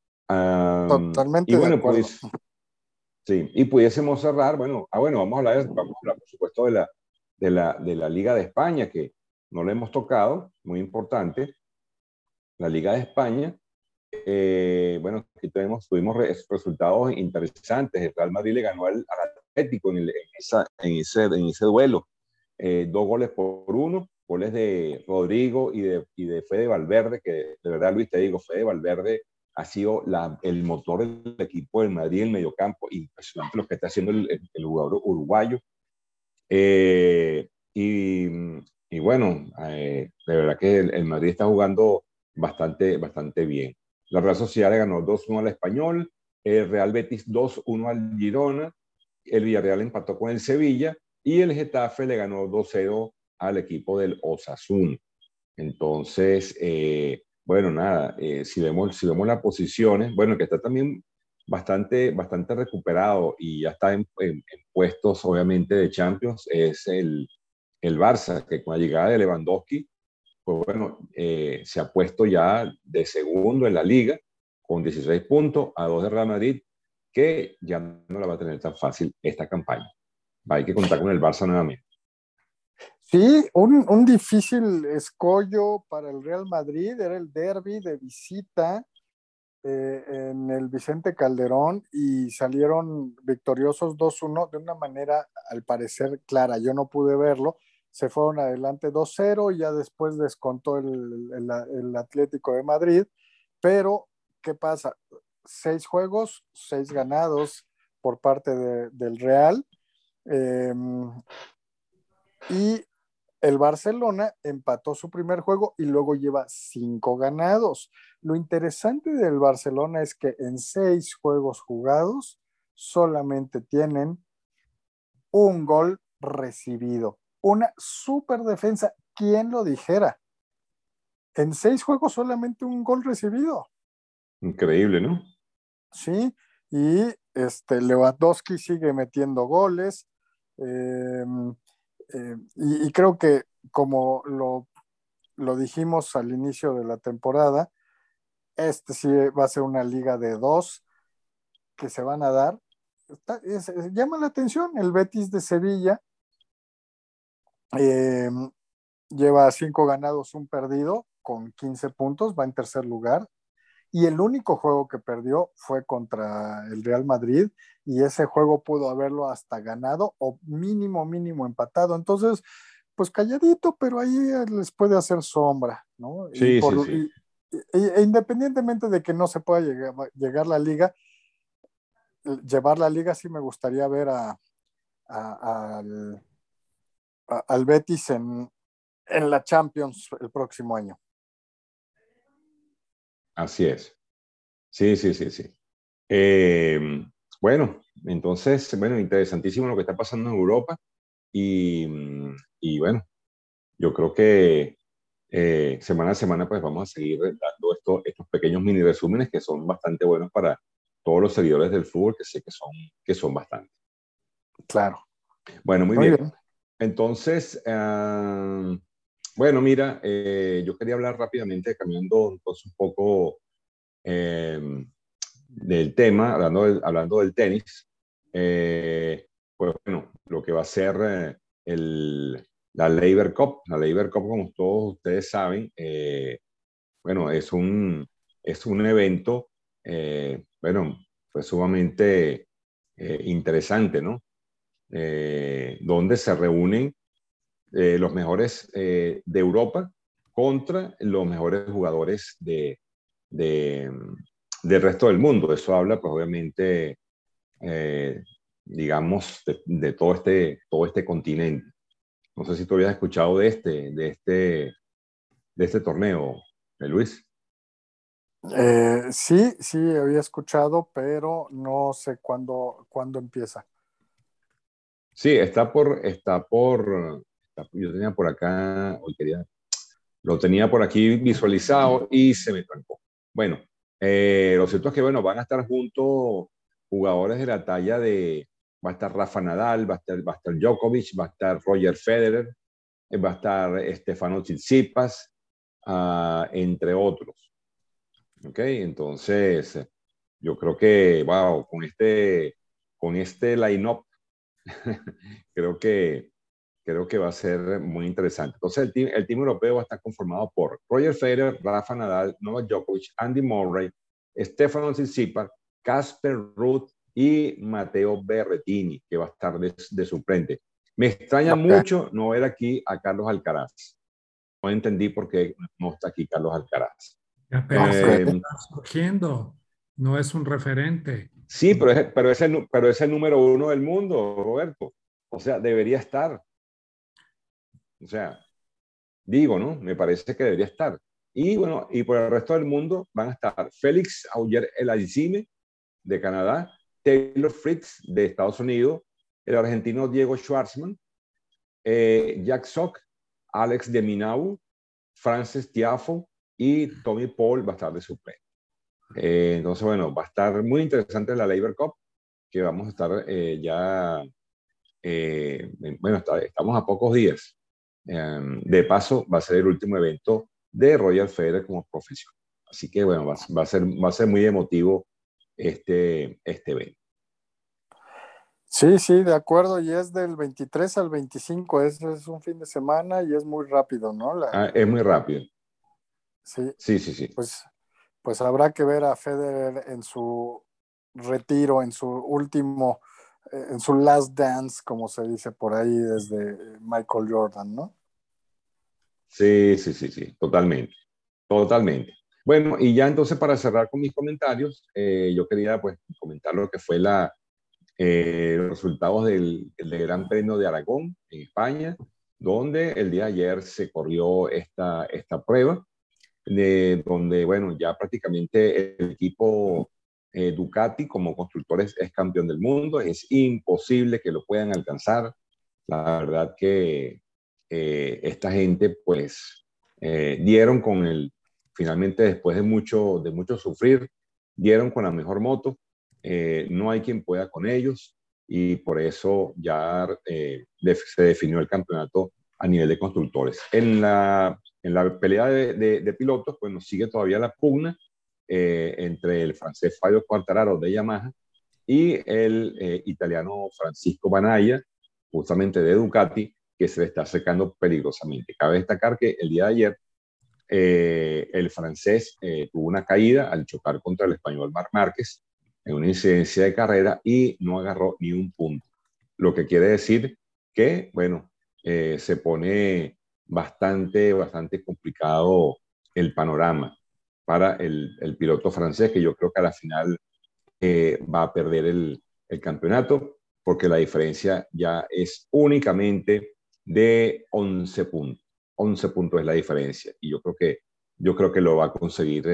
Y totalmente de bueno, acuerdo. pues sí, y pudiésemos cerrar, bueno, vamos a hablar por supuesto de la Liga de España, que no le hemos tocado, muy importante, la Liga de España. Bueno, aquí tuvimos resultados interesantes. El Real Madrid le ganó al Atlético en ese duelo. 2 goles por 1, goles de Rodrigo y de Fede Valverde, que de verdad, Luis, te digo, Fede Valverde ha sido el motor del equipo del Madrid en el mediocampo. Impresionante lo que está haciendo el jugador uruguayo. Eh, y, y bueno, de verdad que el Madrid está jugando bastante, bastante bien. La Real Sociedad le ganó 2-1 al Español, el Real Betis 2-1 al Girona, el Villarreal empató con el Sevilla y el Getafe le ganó 2-0 al equipo del Osasuna. Entonces, bueno, nada, si vemos las posiciones, bueno, que está también bastante, bastante recuperado y ya está en puestos, obviamente, de Champions, es el Barça, que con la llegada de Lewandowski, pues bueno, se ha puesto ya de segundo en la liga con 16 puntos a 2 de Real Madrid, que ya no la va a tener tan fácil esta campaña. Hay que contar con el Barça nuevamente. Sí, un difícil escollo para el Real Madrid, era el derbi de visita en el Vicente Calderón y salieron victoriosos 2-1 de una manera al parecer clara. Yo no pude verlo, se fueron adelante 2-0 y ya después descontó el Atlético de Madrid, pero ¿qué pasa? 6 juegos, 6 ganados por parte del Real. Eh, y el Barcelona empató su primer juego y luego lleva 5 ganados. Lo interesante del Barcelona es que en 6 juegos jugados solamente tienen un gol recibido. Una super defensa. ¿Quién lo dijera? En 6 juegos solamente un gol recibido. Increíble, ¿no? Sí, y Lewandowski sigue metiendo goles. Eh, y creo que como lo dijimos al inicio de la temporada, sí va a ser una liga de dos que se van a dar. Llama la atención el Betis de Sevilla, eh, lleva 5 ganados, un perdido, con 15 puntos, va en tercer lugar. y el único juego que perdió fue contra el Real Madrid, y ese juego pudo haberlo hasta ganado o mínimo empatado. Entonces, pues calladito, pero ahí les puede hacer sombra, ¿no? Sí, sí, sí. Independientemente de que no se pueda llegar la liga, llevar la liga, sí me gustaría ver al, al Betis en la Champions el próximo año. Así es. Sí, sí, sí, sí. Bueno, entonces, bueno, interesantísimo lo que está pasando en Europa y, y bueno, yo creo que semana a semana pues vamos a seguir dando estos pequeños mini resúmenes que son bastante buenos para todos los seguidores del fútbol, que sé que son bastantes. Claro. Bueno, muy Muy bien. bien. Entonces, bueno, mira, yo quería hablar rápidamente, cambiando entonces un poco del tema, hablando del tenis. Pues bueno, lo que va a ser la Laver Cup. La Laver Cup, como todos ustedes saben, bueno, es un evento, bueno, pues sumamente interesante, ¿no? Donde se reúnen los mejores de Europa contra los mejores jugadores de, del resto del mundo. Eso habla, pues obviamente, eh, digamos, de todo este continente. No sé si tú habías escuchado de este torneo, Luis. Sí, había escuchado, pero no sé cuándo empieza. Sí, yo tenía por acá, lo tenía por aquí visualizado y se me trancó. Bueno, lo cierto es que, bueno, van a estar juntos jugadores de la talla va a estar Rafa Nadal, va a estar Djokovic, va a estar Roger Federer, va a estar Stefano Tsitsipas, entre otros. ¿Ok? Entonces, yo creo que, wow, con este line-up, creo que va a ser muy interesante. Entonces, el team europeo va a estar conformado por Roger Federer, Rafa Nadal, Novak Djokovic, Andy Murray, Stefano Tsitsipas, Casper Ruud y Matteo Berrettini, que va a estar de suplente. Me extraña Okay. mucho no ver aquí a Carlos Alcaraz. No entendí por qué no está aquí Carlos Alcaraz. Apenas Okay. está surgiendo, no es un referente. Sí, pero es el número uno del mundo, Roberto. O sea, debería estar. O sea, digo, ¿no? Me parece que debería estar. Y bueno, y por el resto del mundo van a estar Félix Auger-Aliassime de Canadá, Taylor Fritz de Estados Unidos, el argentino Diego Schwartzman, Jack Sock, Alex de Minaur, Frances Tiafoe y Tommy Paul va a estar de suplente. Entonces, bueno, va a estar muy interesante la Laver Cup, que vamos a estar bueno, estamos a pocos días. De paso, va a ser el último evento de Roger Federer como profesional. Así que, bueno, va a ser muy emotivo este evento. Sí, de acuerdo, y es del 23 al 25, es un fin de semana y es muy rápido, ¿no? Es muy rápido. Sí, Sí, sí, sí. pues habrá que ver a Federer en su retiro, en su último, en su last dance, como se dice por ahí, desde Michael Jordan, ¿no? Sí, sí, sí, sí, totalmente, totalmente. Bueno, y ya entonces para cerrar con mis comentarios, yo quería pues comentar lo que fue los resultados del Gran Premio de Aragón en España, donde el día de ayer se corrió esta prueba, donde, bueno, ya prácticamente el equipo Ducati como constructores es campeón del mundo, es imposible que lo puedan alcanzar. La verdad que esta gente pues dieron finalmente después de mucho sufrir, dieron con la mejor moto, no hay quien pueda con ellos y por eso ya se definió el campeonato a nivel de constructores. En la pelea de pilotos, pues nos sigue todavía la pugna entre el francés Fabio Quartararo de Yamaha y el italiano Francisco Banaya, justamente de Ducati, que se le está secando peligrosamente. Cabe destacar que el día de ayer el francés tuvo una caída al chocar contra el español Marc Márquez en una incidencia de carrera y no agarró ni un punto. Lo que quiere decir que, bueno, se pone bastante complicado el panorama para el piloto francés, que yo creo que a la final va a perder el campeonato, porque la diferencia ya es únicamente de 11 puntos. 11 puntos es la diferencia, y yo creo que lo va a conseguir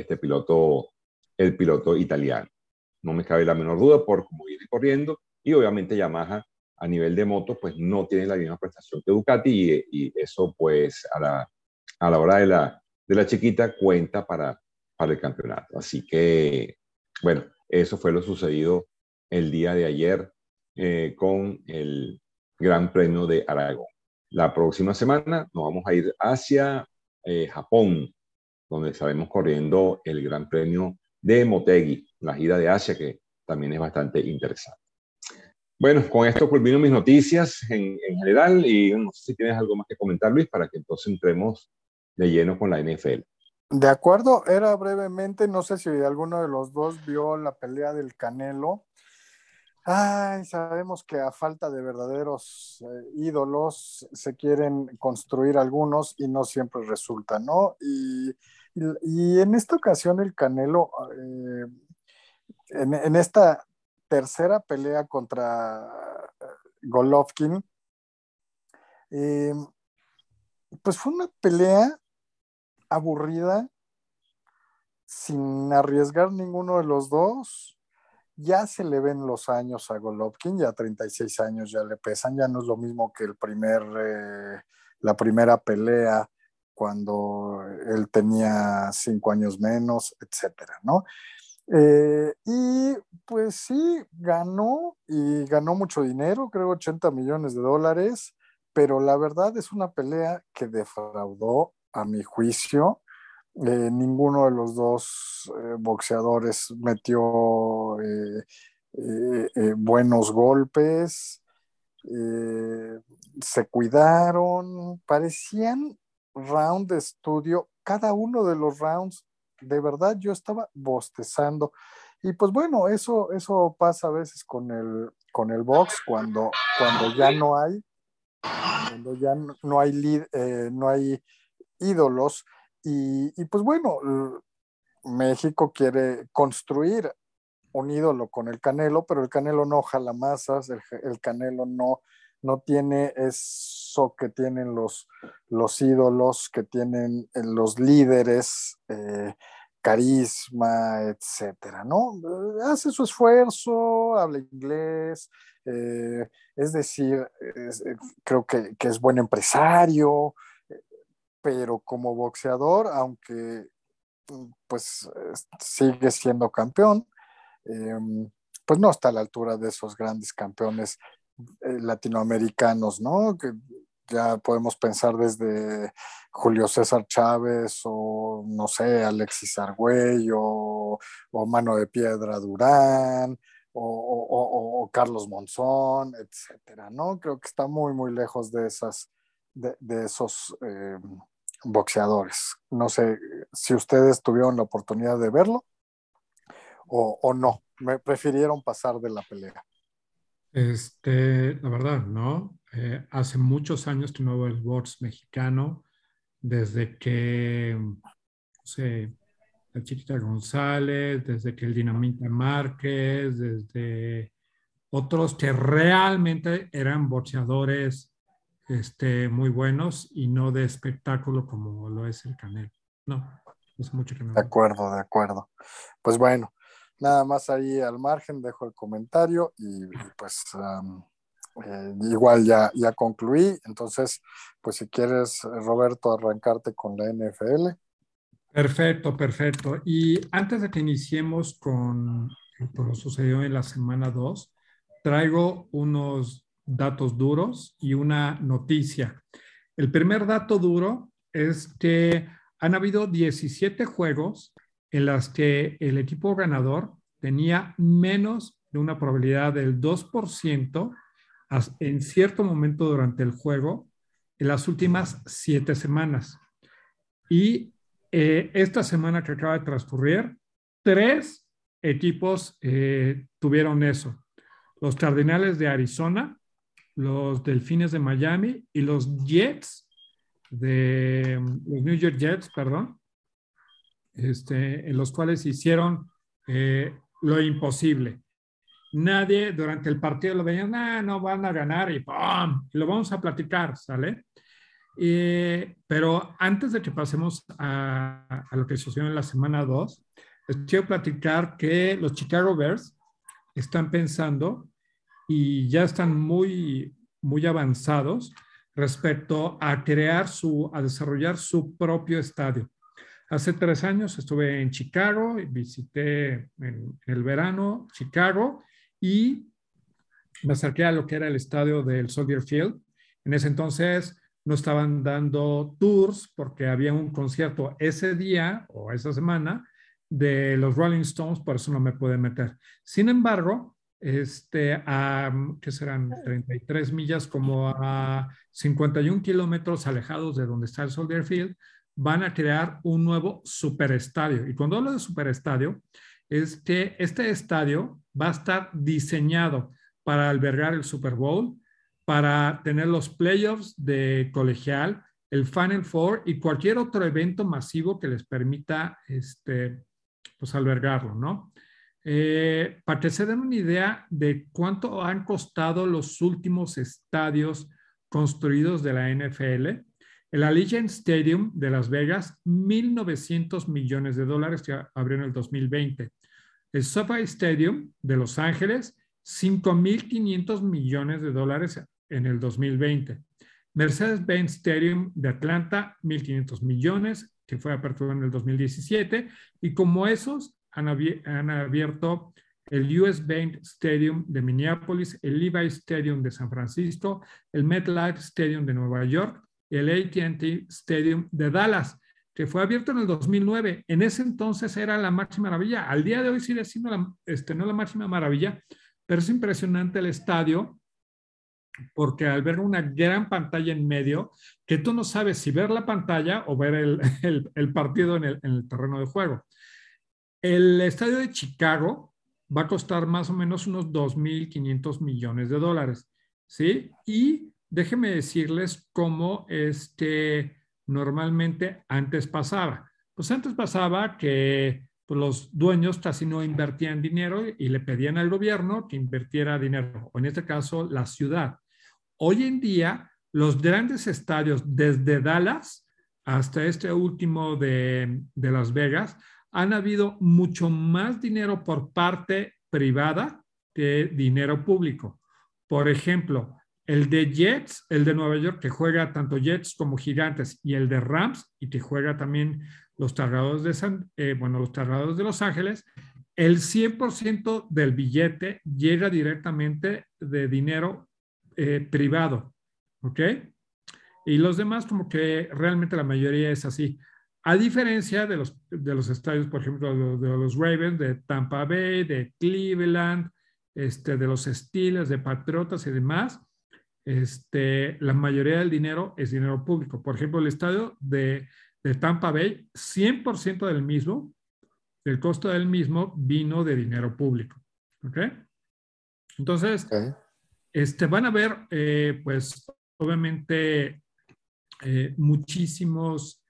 el piloto italiano. No me cabe la menor duda por cómo viene corriendo, y obviamente Yamaha a nivel de moto pues no tiene la misma prestación que Ducati, y eso pues a la hora de la chiquita cuenta para el campeonato. Así que, bueno, eso fue lo sucedido el día de ayer con el Gran Premio de Aragón. La próxima semana nos vamos a ir hacia Japón, donde estaremos corriendo el Gran Premio de Motegi, la gira de Asia, que también es bastante interesante. Bueno, con esto culmino mis noticias en general, y no sé si tienes algo más que comentar, Luis, para que entonces entremos de lleno con la NFL. De acuerdo, era brevemente, no sé si alguno de los dos vio la pelea del Canelo. Ay, sabemos que a falta de verdaderos ídolos se quieren construir algunos y no siempre resulta, ¿no? Y en esta ocasión el Canelo, en esta tercera pelea contra Golovkin, pues fue una pelea aburrida, sin arriesgar ninguno de los dos. Ya se le ven los años a Golovkin, ya 36 años ya le pesan, ya no es lo mismo que la primera pelea cuando él tenía 5 años menos, etcétera, ¿no? Y pues sí, ganó y ganó mucho dinero, creo $80 millones, pero la verdad es una pelea que defraudó a mi juicio. Ninguno de los dos boxeadores metió buenos golpes, se cuidaron, parecían round de estudio, cada uno de los rounds, de verdad yo estaba bostezando. Y pues bueno, eso pasa a veces con el box cuando ya no hay, no hay ídolos. Y pues bueno, México quiere construir un ídolo con el Canelo, pero el Canelo no jala masas, el Canelo no tiene eso que tienen los ídolos, que tienen los líderes, carisma, etcétera, ¿no? Hace su esfuerzo, habla inglés, es decir, creo que es buen empresario, pero como boxeador, aunque pues sigue siendo campeón, pues no está a la altura de esos grandes campeones latinoamericanos, ¿no? Que ya podemos pensar desde Julio César Chávez o, no sé, Alexis Argüello o Mano de Piedra Durán o Carlos Monzón, etcétera, ¿no? Creo que está muy lejos de esos boxeadores. No sé si ustedes tuvieron la oportunidad de verlo o no. Me prefirieron pasar de la pelea. La verdad, ¿no? Hace muchos años que no veo el box mexicano, desde que, no sé, la Chiquita González, desde que el Dinamita Márquez, desde otros que realmente eran boxeadores muy buenos y no de espectáculo como lo es el Canelo. No, hace mucho que no. De acuerdo. Pues bueno, nada más ahí al margen dejo el comentario y pues igual ya concluí. Entonces, pues si quieres, Roberto, arrancarte con la NFL. Perfecto. Y antes de que iniciemos con lo sucedido en la semana 2, traigo unos datos duros y una noticia. El primer dato duro es que han habido 17 juegos en los que el equipo ganador tenía menos de una probabilidad del 2% en cierto momento durante el juego en las últimas 7 semanas. Y esta semana que acaba de transcurrir, 3 equipos tuvieron eso. Los Cardenales de Arizona, los Delfines de Miami y los los New York Jets, perdón, en los cuales hicieron lo imposible. Nadie durante el partido lo veía, no van a ganar y ¡pum! Y lo vamos a platicar, ¿sale? Pero antes de que pasemos a lo que sucedió en la semana 2, les quiero platicar que los Chicago Bears están pensando y ya están muy avanzados respecto a a desarrollar su propio estadio. Hace 3 años estuve en Chicago, visité en el verano Chicago y me acerqué a lo que era el estadio del Soldier Field. En ese entonces no estaban dando tours porque había un concierto ese día o esa semana de los Rolling Stones, por eso no me pude meter. Sin embargo, ¿qué serán? 33 millas, como a 51 kilómetros alejados de donde está el Soldier Field, van a crear un nuevo superestadio. Y cuando hablo de superestadio, es que este estadio va a estar diseñado para albergar el Super Bowl, para tener los playoffs de colegial, el Final Four y cualquier otro evento masivo que les permita pues albergarlo, ¿no? Para que se den una idea de cuánto han costado los últimos estadios construidos de la NFL, el Allegiant Stadium de Las Vegas, $1,900 millones, que abrió en el 2020. El SoFi Stadium de Los Ángeles, $5,500 millones en el 2020. Mercedes-Benz Stadium de Atlanta, 1,500 millones, que fue apertura en el 2017. Y como esos, han abierto el US Bank Stadium de Minneapolis, el Levi's Stadium de San Francisco, el MetLife Stadium de Nueva York y el AT&T Stadium de Dallas, que fue abierto en el 2009. En ese entonces era la máxima maravilla. Al día de hoy sigue siendo no la máxima maravilla, pero es impresionante el estadio porque alberga una gran pantalla en medio que tú no sabes si ver la pantalla o ver el partido en el terreno de juego. El estadio de Chicago va a costar más o menos unos $2,500 millones, ¿sí? Y déjenme decirles cómo normalmente antes pasaba. Pues antes pasaba que pues, los dueños casi no invertían dinero y le pedían al gobierno que invirtiera dinero, o en este caso la ciudad. Hoy en día, los grandes estadios, desde Dallas hasta este último de Las Vegas, han habido mucho más dinero por parte privada que dinero público. Por ejemplo, el de Jets, el de Nueva York, que juega tanto Jets como Gigantes, y el de Rams, y que juega también los Cargadores los Cargadores de Los Ángeles, el 100% del billete llega directamente de dinero privado, ¿ok? Y los demás como que realmente la mayoría es así. A diferencia de los estadios, por ejemplo, de los Ravens, de Tampa Bay, de Cleveland, de los Steelers, de Patriotas y demás, la mayoría del dinero es dinero público. Por ejemplo, el estadio de Tampa Bay, 100% del costo del mismo vino de dinero público. ¿Ok? Entonces, van a ver, pues, obviamente, muchísimos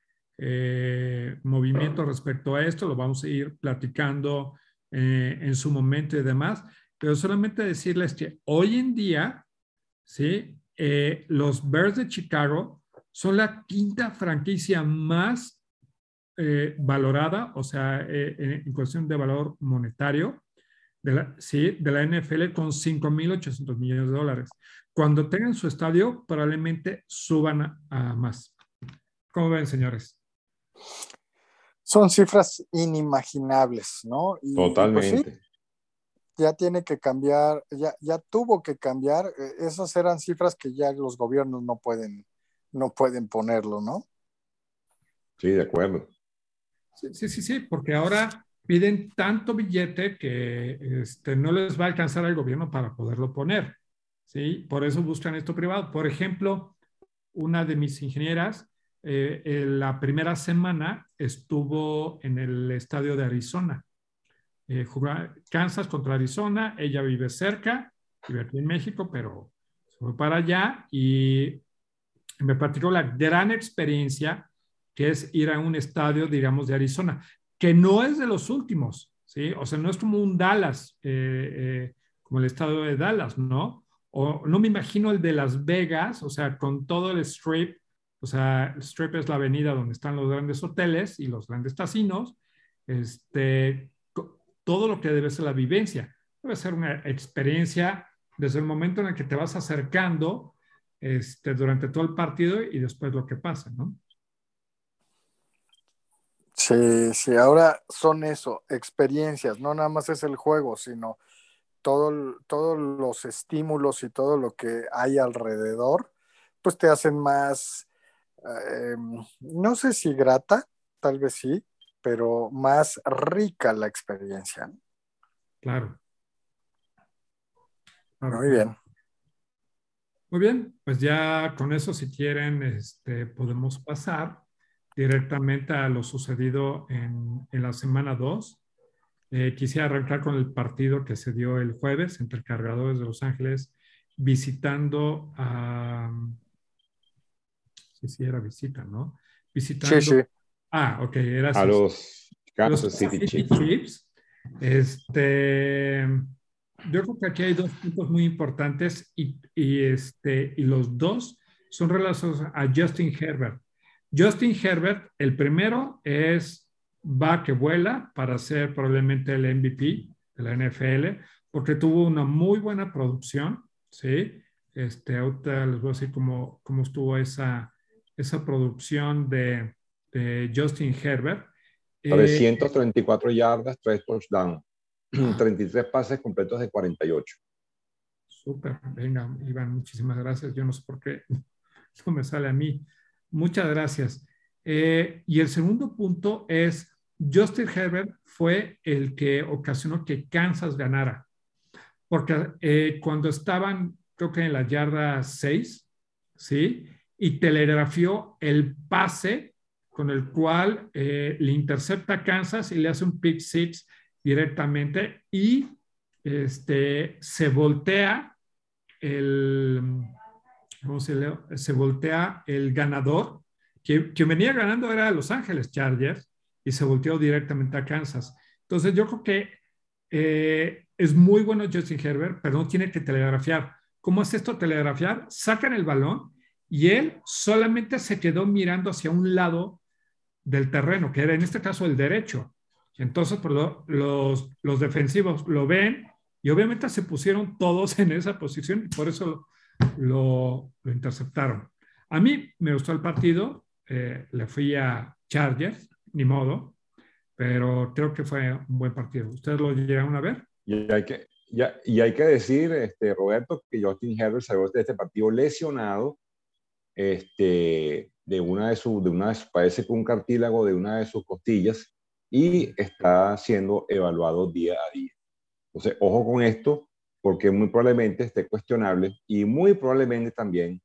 movimientos respecto a esto. Lo vamos a ir platicando en su momento y demás. Pero solamente decirles que hoy en día, ¿sí? Los Bears de Chicago son la quinta franquicia más valorada, o sea, en cuestión de valor monetario de la NFL, con $5,800 millones. Cuando tengan su estadio, probablemente suban a más. ¿Cómo ven, señores? Son cifras inimaginables, ¿no? Totalmente. Y pues sí, ya tiene que cambiar, ya tuvo que cambiar. Esas eran cifras que ya los gobiernos no pueden ponerlo, ¿no? Sí, de acuerdo. Sí, porque ahora piden tanto billete que no les va a alcanzar al gobierno para poderlo poner, ¿sí? Por eso buscan esto privado. Por ejemplo, una de mis ingenieras la primera semana estuvo en el estadio de Arizona. Jugó Kansas contra Arizona, ella vive cerca, vive aquí en México, pero se fue para allá y me platicó la gran experiencia que es ir a un estadio, digamos, de Arizona, que no es de los últimos, ¿sí? O sea, no es como un Dallas, como el estadio de Dallas, ¿no? O no me imagino el de Las Vegas, o sea, con todo el strip, o sea, el strip es la avenida donde están los grandes hoteles y los grandes casinos, este, todo lo que debe ser la vivencia. Debe ser una experiencia desde el momento en el que te vas acercando durante todo el partido y después lo que pasa, ¿no? Sí, sí, ahora son eso, experiencias, no nada más es el juego, sino todos los estímulos y todo lo que hay alrededor, pues te hacen más, no sé si grata, tal vez sí, pero más rica la experiencia, ¿no? Claro, claro, Muy claro. bien. Muy bien, pues ya con eso, si quieren, podemos pasar directamente a lo sucedido en la semana 2. Quisiera arrancar con el partido que se dio el jueves entre Cargadores de Los Ángeles visitando a, sí, sí, era visita, ¿no? Sí, Visitando, sí. ok, era A así. los Los Kansas Kansas City City Chiefs. Chiefs, yo creo que aquí hay dos puntos muy importantes y los dos son relacionados a Justin Herbert. Justin Herbert, el primero va que vuela para ser probablemente el MVP de la NFL, porque tuvo una muy buena producción, ¿sí? Ahorita les voy a decir cómo estuvo esa producción de Justin Herbert. Eh, 334 yardas, 3 touchdowns, 33 pases completos de 48. Súper, venga, Iván, muchísimas gracias. Yo no sé por qué no me sale a mí. Muchas gracias. Y el segundo punto es, Justin Herbert fue el que ocasionó que Kansas ganara, porque cuando estaban, creo que en la yarda 6, ¿sí? Y telegrafió el pase con el cual le intercepta a Kansas y le hace un pick six directamente y se voltea el, se voltea el ganador, que venía ganando era Los Ángeles Chargers y se volteó directamente a Kansas. Entonces yo creo que es muy bueno Justin Herbert, pero no tiene que telegrafiar. ¿Cómo es esto telegrafiar? Sacan el balón y él solamente se quedó mirando hacia un lado del terreno, que era en este caso el derecho. Entonces, pues, los defensivos lo ven y obviamente se pusieron todos en esa posición y por eso lo interceptaron. A mí me gustó el partido, le fui a Chargers, ni modo, pero creo que fue un buen partido. ¿Ustedes lo llegaron a ver? Y hay que decir, Roberto, que Justin Herbert salió de este partido lesionado parece que un cartílago de una de sus costillas y está siendo evaluado día a día. Entonces, ojo con esto, porque muy probablemente esté cuestionable y muy probablemente también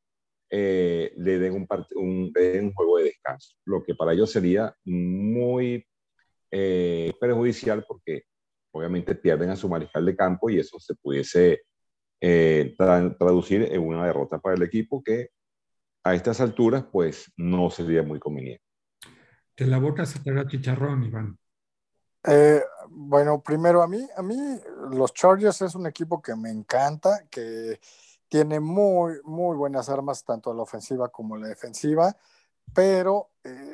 le den un juego de descanso, lo que para ellos sería muy perjudicial porque obviamente pierden a su mariscal de campo y eso se pudiese traducir en una derrota para el equipo que a estas alturas pues no sería muy conveniente. Que la boca se te haga chicharrón, Iván. Bueno, primero a mí los Chargers es un equipo que me encanta, que tiene muy, muy buenas armas, tanto a la ofensiva como a la defensiva, pero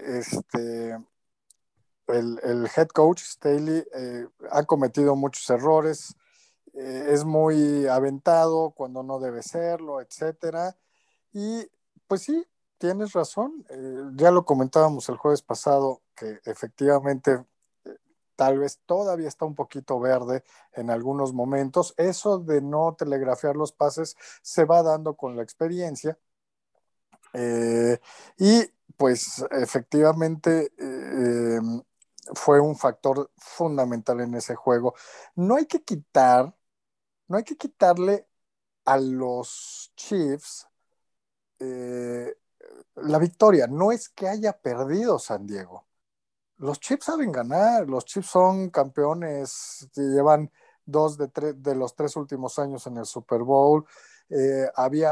el head coach Staley ha cometido muchos errores, es muy aventado cuando no debe serlo, etcétera. Y pues sí, tienes razón, ya lo comentábamos el jueves pasado, que efectivamente tal vez todavía está un poquito verde en algunos momentos. Eso de no telegrafiar los pases se va dando con la experiencia. Eh, y pues efectivamente fue un factor fundamental en ese juego. No hay que quitar, no hay que quitarle a los Chiefs eh, la victoria. No es que haya perdido San Diego. Los Chiefs saben ganar, los Chiefs son campeones, llevan 2 de los 3 últimos años en el Super Bowl. Había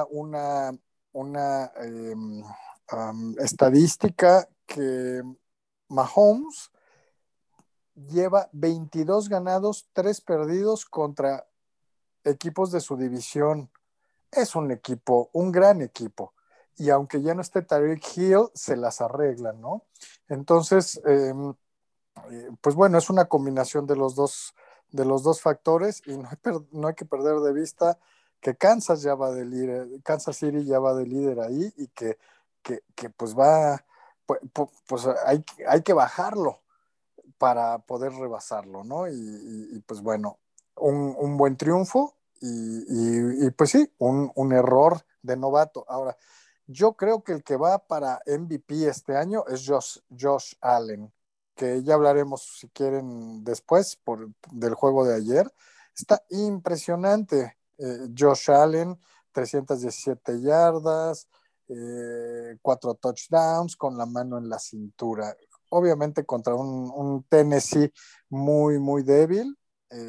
una estadística que Mahomes lleva 22 ganados, 3 perdidos contra equipos de su división. Es un equipo, un gran equipo. Y aunque ya no esté Tyreek Hill, se las arreglan, ¿no? Entonces, pues bueno, es una combinación de los dos factores y no hay que perder de vista que Kansas ya va de líder, Kansas City ya va de líder ahí y que pues va, pues hay que bajarlo para poder rebasarlo, ¿no? Y pues bueno, un buen triunfo y pues sí, un error de novato. Ahora, yo creo que el que va para MVP este año es Josh Allen, que ya hablaremos si quieren después del juego de ayer. Está impresionante. Josh Allen, 317 yardas, 4 touchdowns con la mano en la cintura. Obviamente contra un Tennessee muy, muy débil.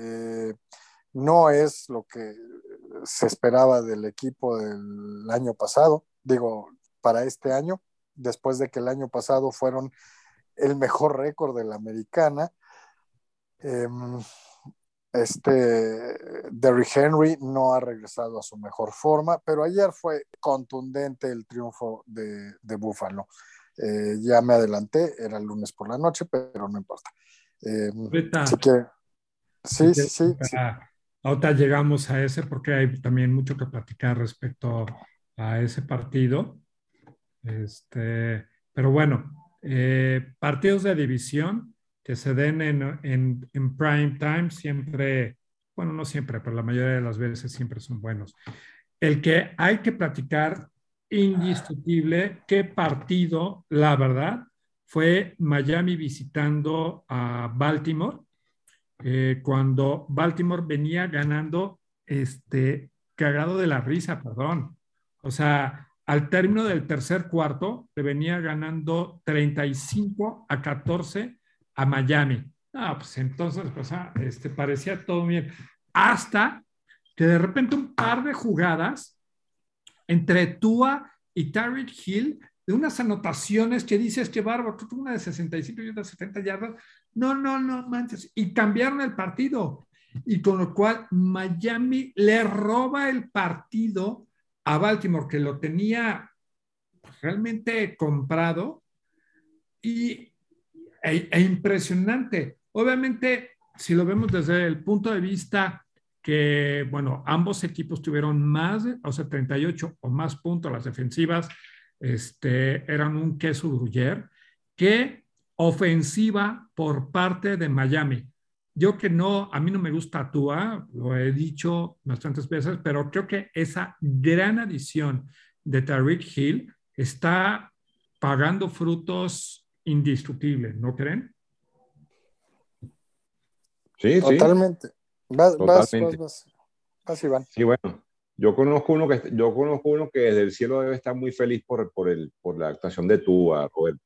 No es lo que se esperaba del equipo del año pasado, digo, para este año, después de que el año pasado fueron el mejor récord de la americana. Eh, Derrick Henry no ha regresado a su mejor forma, pero ayer fue contundente el triunfo de Buffalo. Ya me adelanté, era el lunes por la noche, pero no importa. Así Ahorita, que si sí, sí, quieres, sí, sí. ahorita llegamos a ese porque hay también mucho que platicar respecto a ese partido. Pero bueno, partidos de división que se den en prime time siempre, bueno, no siempre, pero la mayoría de las veces siempre son buenos. El que hay que platicar indiscutible, qué partido, la verdad, fue Miami visitando a Baltimore, cuando Baltimore venía ganando, cagado de la risa, perdón. O sea, al término del tercer cuarto, le venía ganando 35-14 a Miami. Ah, pues entonces, pues, parecía todo bien. Hasta que de repente un par de jugadas entre Tua y Tyreek Hill, de unas anotaciones que dices que bárbaro, una de 65 y otra de 70 yardas. No, no, no manches. Y cambiaron el partido. Y con lo cual Miami le roba el partido a Baltimore, que lo tenía realmente comprado y, impresionante. Obviamente, si lo vemos desde el punto de vista que, bueno, ambos equipos tuvieron más, o sea, 38 o más puntos, las defensivas eran un queso gruyer, que ofensiva por parte de Miami. Yo que no, a mí no me gusta Tua, lo he dicho bastantes veces, pero creo que esa gran adición de Tyreek Hill está pagando frutos indiscutibles, ¿no creen? Sí, sí, Totalmente. Vas, vas, vas, totalmente. vas. Vas, Iván. Sí, bueno, yo conozco uno que desde el cielo debe estar muy feliz por la actuación de Tua, Robert,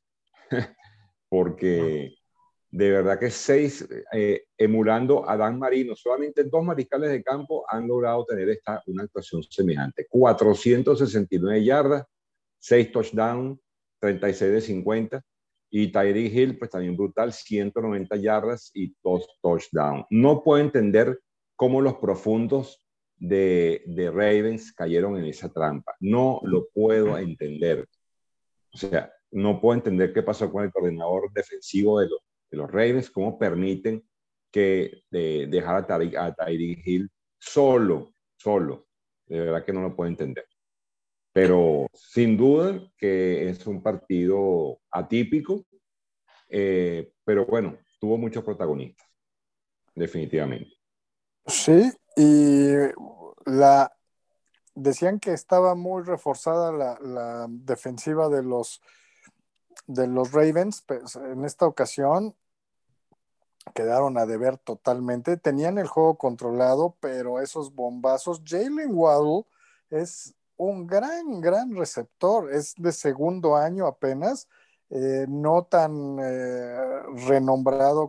porque de verdad que emulando a Dan Marino, solamente 2 mariscales de campo han logrado tener una actuación semejante. 469 yardas, 6 touchdowns, 36 de 50. Y Tyreek Hill, pues también brutal, 190 yardas y 2 touchdowns. No puedo entender cómo los profundos de Ravens cayeron en esa trampa. No lo puedo entender. O sea, no puedo entender qué pasó con el coordinador defensivo de los Ravens, cómo permiten que dejar a Tyreek Hill solo. De verdad que no lo puedo entender. Pero sin duda que es un partido atípico, pero bueno, tuvo muchos protagonistas, definitivamente. Sí, y la decían que estaba muy reforzada la defensiva de los Ravens, pues en esta ocasión quedaron a deber totalmente. Tenían el juego controlado, pero esos bombazos, Jalen Waddle es un gran receptor, es de segundo año apenas, no tan renombrado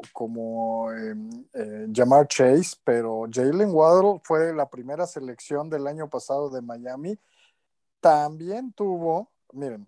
como Jamar Chase, pero Jalen Waddle fue la primera selección del año pasado de Miami. También tuvo, miren,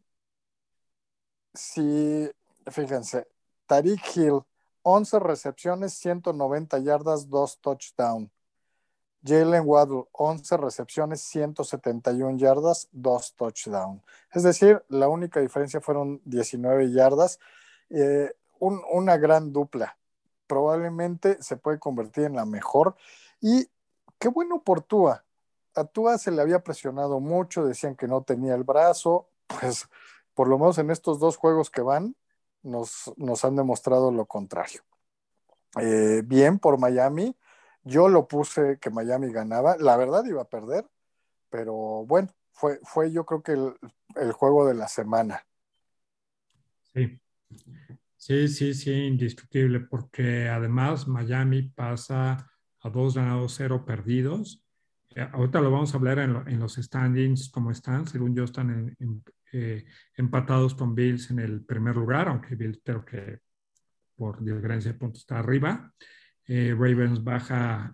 si, fíjense, Tariq Hill, 11 recepciones, 190 yardas, 2 touchdowns. Jalen Waddle, 11 recepciones, 171 yardas, 2 touchdowns. Es decir, la única diferencia fueron 19 yardas. Una gran dupla. Probablemente se puede convertir en la mejor. Y qué bueno por Tua. A Tua se le había presionado mucho, decían que no tenía el brazo. Pues por lo menos en estos 2 juegos que van, nos han demostrado lo contrario. Bien por Miami. Yo lo puse que Miami ganaba. La verdad iba a perder, pero bueno, fue yo creo que el juego de la semana. Sí. Sí, indiscutible, porque además Miami pasa a 2 ganados, 0 perdidos. Ahorita lo vamos a hablar en los standings, cómo están. Según yo, están empatados con Bills en el primer lugar, aunque Bills creo que por diferencia de puntos está arriba. Ravens baja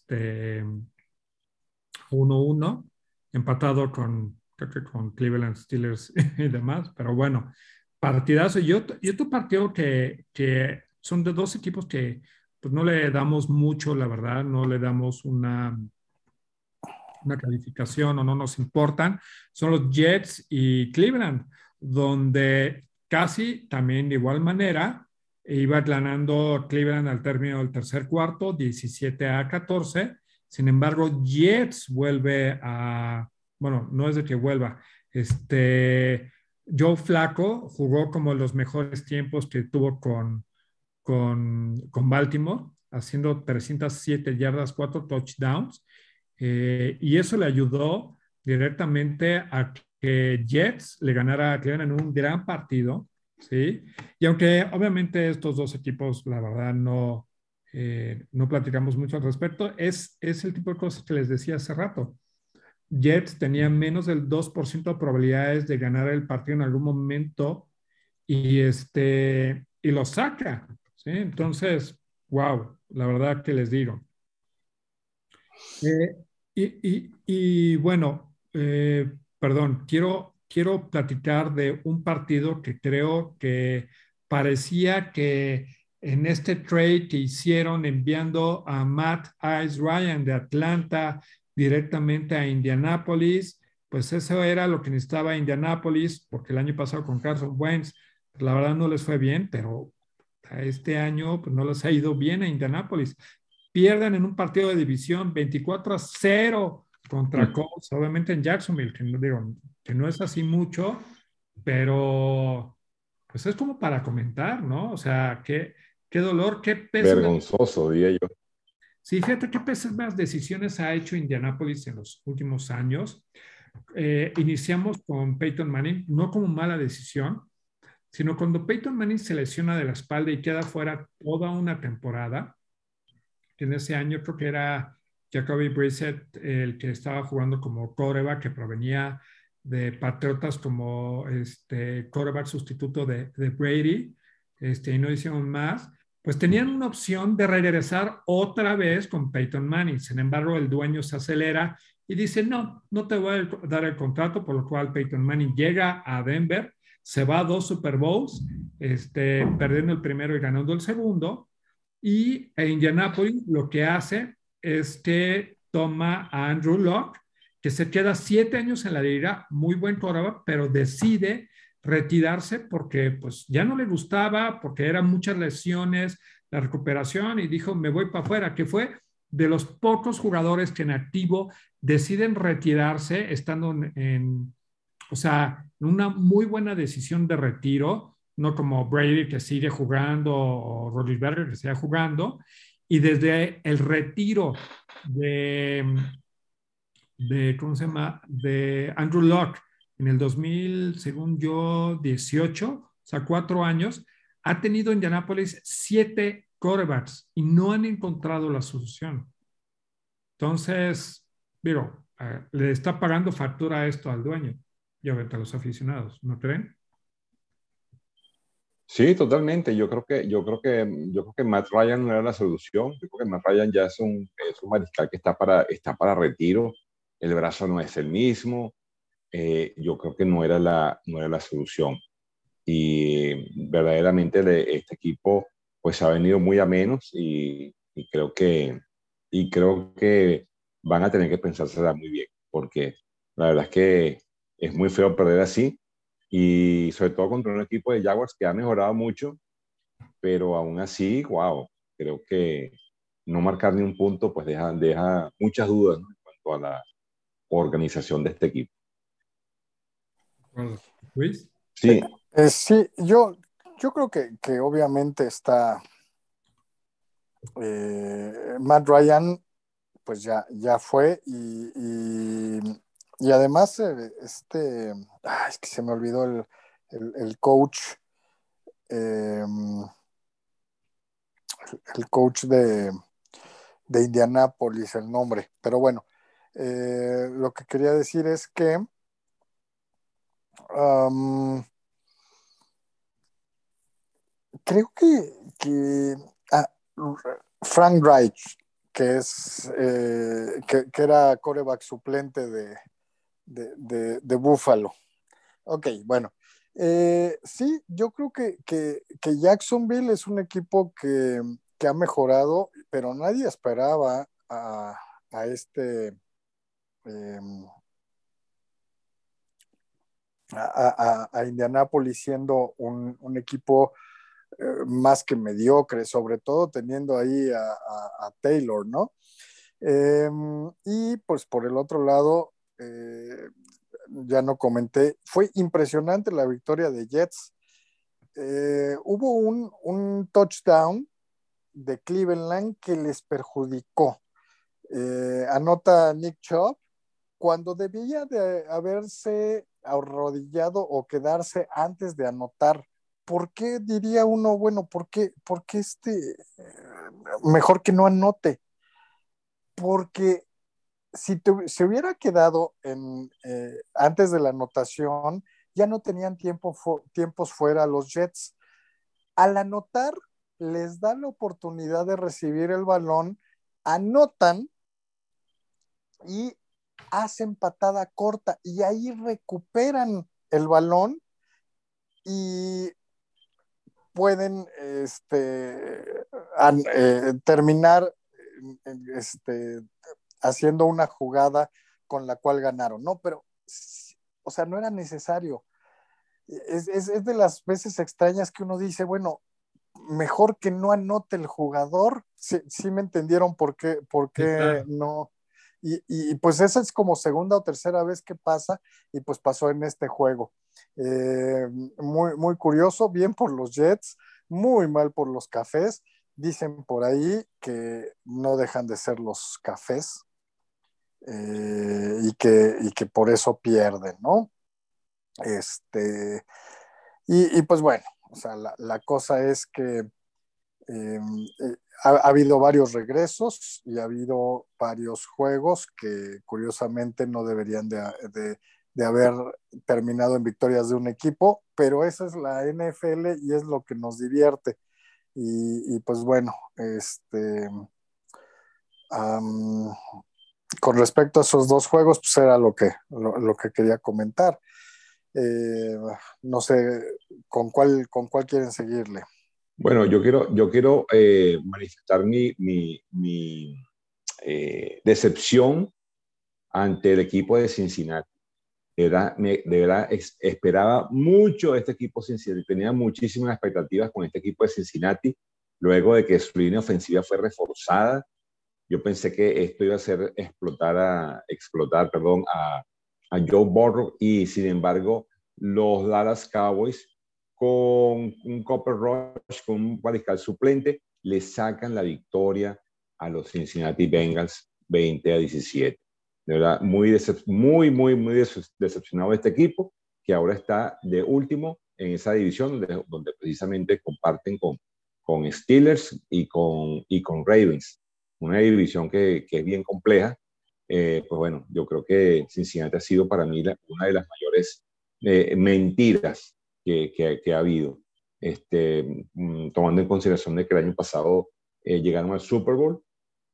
1-1, empatado creo que con Cleveland Steelers y demás, pero bueno, partidazo. Y otro partido que son de 2 equipos que pues no le damos mucho, la verdad, no le damos una calificación o no nos importan, son los Jets y Cleveland, donde casi también de igual manera iba ganando Cleveland al término del tercer cuarto, 17-14. Sin embargo, Jets vuelve bueno, no es de que vuelva, Joe Flacco jugó como los mejores tiempos que tuvo con Baltimore, haciendo 307 yardas, 4 touchdowns, y eso le ayudó directamente a que Jets le ganara a Cleveland en un gran partido, ¿sí? Y aunque obviamente estos 2 equipos, la verdad, no platicamos mucho al respecto, es el tipo de cosas que les decía hace rato. Jets tenía menos del 2% de probabilidades de ganar el partido en algún momento y lo saca, ¿sí? Entonces, wow, la verdad que les digo. Eh, y bueno, perdón, quiero platicar de un partido que creo que parecía que en este trade que hicieron enviando a Matt Ice Ryan de Atlanta directamente a Indianapolis, pues eso era lo que necesitaba Indianapolis, porque el año pasado con Carson Wentz, pues la verdad no les fue bien, pero este año pues no les ha ido bien a Indianapolis. Pierden en un partido de división 24-0 contra Colts, obviamente en Jacksonville, que no es así mucho, pero pues es como para comentar, ¿no? O sea, qué dolor, qué peso. Vergonzoso, diría yo. Sí, fíjate qué pésimas decisiones ha hecho Indianapolis en los últimos años. Iniciamos con Peyton Manning, no como mala decisión, sino cuando Peyton Manning se lesiona de la espalda y queda fuera toda una temporada. En ese año creo que era Jacoby Brissett el que estaba jugando como quarterback, que provenía de Patriotas como quarterback sustituto de Brady, y no hicieron más. Pues tenían una opción de regresar otra vez con Peyton Manning. Sin embargo, el dueño se acelera y dice, no te voy a dar el contrato, por lo cual Peyton Manning llega a Denver, se va a 2 Super Bowls, perdiendo el primero y ganando el segundo. Y Indianapolis lo que hace es que toma a Andrew Luck, que se queda 7 años en la liga, muy buen quarterback, pero decide retirarse porque pues ya no le gustaba, porque eran muchas lesiones, la recuperación, y dijo, me voy para afuera, que fue de los pocos jugadores que en activo deciden retirarse estando o sea, una muy buena decisión de retiro, no como Brady que sigue jugando o Rodríguez que sigue jugando. Y desde el retiro ¿cómo se llama? De Andrew Luck en el 2000, según yo, 18, o sea, 4 años, ha tenido Indianapolis 7 quarterbacks y no han encontrado la solución. Entonces, digo, le está pagando factura esto al dueño y obviamente a los aficionados, ¿no creen? Sí, totalmente. Yo creo que Matt Ryan no era la solución. Yo creo que Matt Ryan ya es un mariscal que está para retiro. El brazo no es el mismo. Yo creo que no era la solución. Y verdaderamente este equipo pues ha venido muy a menos y creo que van a tener que pensársela muy bien, porque la verdad es que es muy feo perder así y sobre todo contra un equipo de Jaguars que ha mejorado mucho, pero aún así, wow, creo que no marcar ni un punto pues deja muchas dudas, ¿no?, en cuanto a la organización de este equipo. Bueno, Luis. Sí, Sí, yo creo que obviamente está Matt Ryan, pues ya fue y además es que se me olvidó el coach, eh, el coach de Indianápolis, el nombre, pero bueno, lo que quería decir es que um, creo que ah, Frank Reich, que era quarterback suplente de Buffalo. Ok, bueno. Sí, yo creo que Jacksonville es un equipo que ha mejorado, pero nadie esperaba a eh, a Indianapolis siendo un equipo más que mediocre, sobre todo teniendo ahí a Taylor, ¿no? Y pues por el otro lado, ya no comenté, fue impresionante la victoria de Jets. Hubo un touchdown de Cleveland que les perjudicó. Anota Nick Chubb cuando debía de haberse arrodillado o quedarse antes de anotar. ¿Por qué diría uno, bueno, por qué mejor que no anote? Porque si se hubiera quedado antes de la anotación, ya no tenían tiempos fuera los Jets. Al anotar, les da la oportunidad de recibir el balón, anotan y hacen patada corta y ahí recuperan el balón y pueden terminar haciendo una jugada con la cual ganaron, ¿no? Pero, o sea, no era necesario. Es de las veces extrañas que uno dice, bueno, mejor que no anote el jugador. Sí me entendieron por Sí, qué claro. no. Pues esa es como segunda o tercera vez que pasa y pues pasó en este juego. Muy, muy curioso, bien por los Jets, muy mal por los Cafés. Dicen por ahí que no dejan de ser los Cafés y que por eso pierden, ¿no? Y pues bueno, o sea, la cosa es que eh, ha habido varios regresos y ha habido varios juegos que curiosamente no deberían de haber terminado en victorias de un equipo, pero esa es la NFL y es lo que nos divierte. Pues bueno, um, con respecto a esos dos juegos, pues era lo que quería comentar. Eh, no sé con cuál quieren seguirle. bueno, yo quiero manifestar mi decepción ante el equipo de Cincinnati. De verdad esperaba mucho de este equipo Cincinnati, tenía muchísimas expectativas con este equipo de Cincinnati, luego de que su línea ofensiva fue reforzada. Yo pensé que esto iba a hacer explotar, perdón, a Joe Burrow y sin embargo los Dallas Cowboys con un Cooper Rush, con un mariscal suplente, le sacan la victoria a los Cincinnati Bengals 20-17. De verdad, muy decepcionado de este equipo, que ahora está de último en esa división donde precisamente comparten con Steelers y con Ravens. Una división que es bien compleja, pues bueno, yo creo que Cincinnati ha sido para mí una de las mayores mentiras que ha habido, tomando en consideración de que el año pasado llegaron al Super Bowl.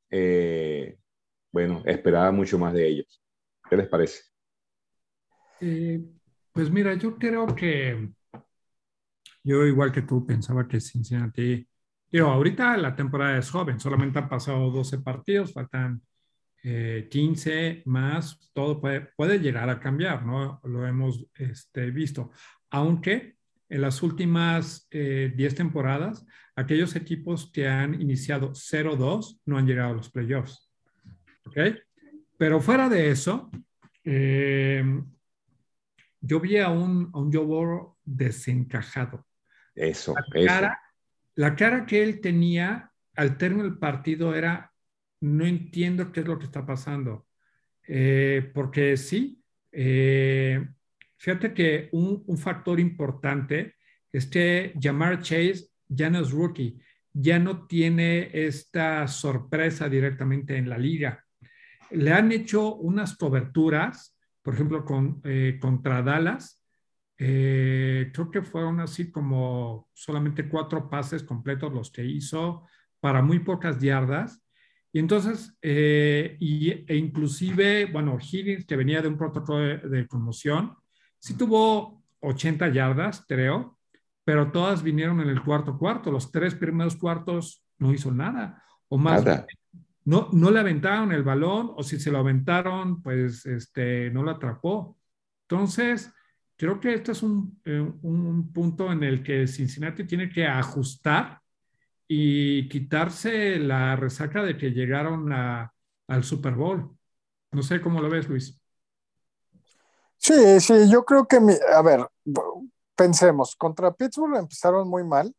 Bueno, esperaba mucho más de ellos. ¿Qué les parece? Eh, pues mira, yo creo que yo igual que tú pensaba que Cincinnati, digo, ahorita la temporada es joven, solamente han pasado 12 partidos, faltan 15 más, todo puede llegar a cambiar, ¿no? Lo hemos visto. Aunque en las últimas 10 temporadas, aquellos equipos que han iniciado 0-2 no han llegado a los playoffs, ¿ok? Pero fuera de eso, eh, yo vi a un Joe Burrow desencajado. Eso, La eso. cara, la cara que él tenía al término del partido era, no entiendo qué es lo que está pasando. Porque sí, fíjate que un factor importante es que Jamar Chase ya no es rookie, ya no tiene esta sorpresa directamente en la liga. Le han hecho unas coberturas, por ejemplo, contra Dallas. Creo que fueron así como solamente 4 pases completos los que hizo para muy pocas yardas. Y entonces, e inclusive, bueno, Higgins, que venía de un protocolo de conmoción, sí tuvo 80 yardas, creo, pero todas vinieron en el cuarto cuarto. Los 3 primeros cuartos no hizo nada. O más bien, Nada. no le aventaron el balón, o si se lo aventaron, pues no lo atrapó. Entonces, creo que este es un punto en el que Cincinnati tiene que ajustar y quitarse la resaca de que llegaron al Super Bowl. No sé cómo lo ves, Luis. Sí, sí, yo creo que, a ver, pensemos, contra Pittsburgh empezaron muy mal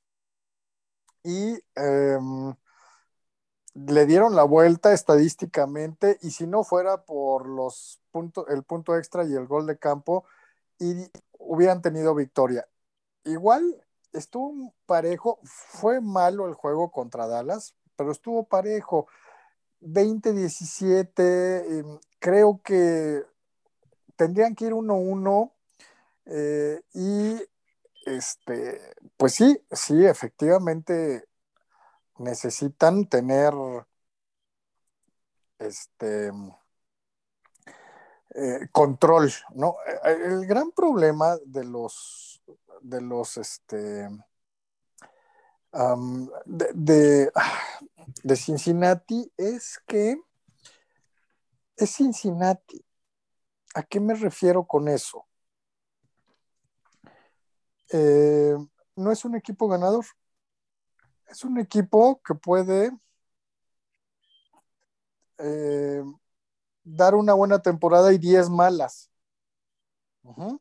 y le dieron la vuelta estadísticamente y si no fuera por el punto extra y el gol de campo, y hubieran tenido victoria. Igual estuvo parejo, fue malo el juego contra Dallas, pero estuvo parejo. 20-17, creo que tendrían que ir 1-1 y pues sí, sí, efectivamente necesitan tener este control, ¿no? El gran problema de Cincinnati es que es Cincinnati. ¿A qué me refiero con eso? Eh, no es un equipo ganador, es un equipo que puede eh, dar una buena temporada y 10 malas. Uh-huh.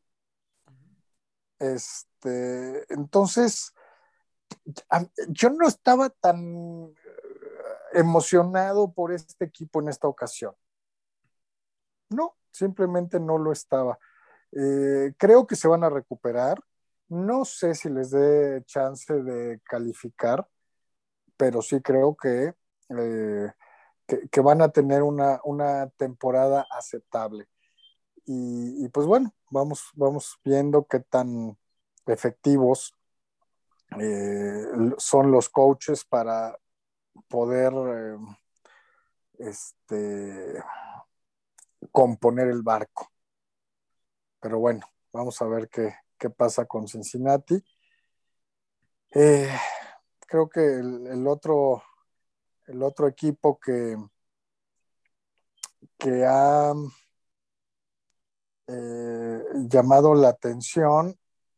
Entonces, yo no estaba tan emocionado por este equipo en esta ocasión. No, simplemente no lo estaba. Creo que se van a recuperar. No sé si les dé chance de calificar, pero sí creo que van a tener una temporada aceptable. Y pues bueno, vamos viendo qué tan efectivos son los coaches para poder componer el barco. Pero bueno, vamos a ver qué pasa con Cincinnati. Eh, creo que el otro equipo que ha llamado la atención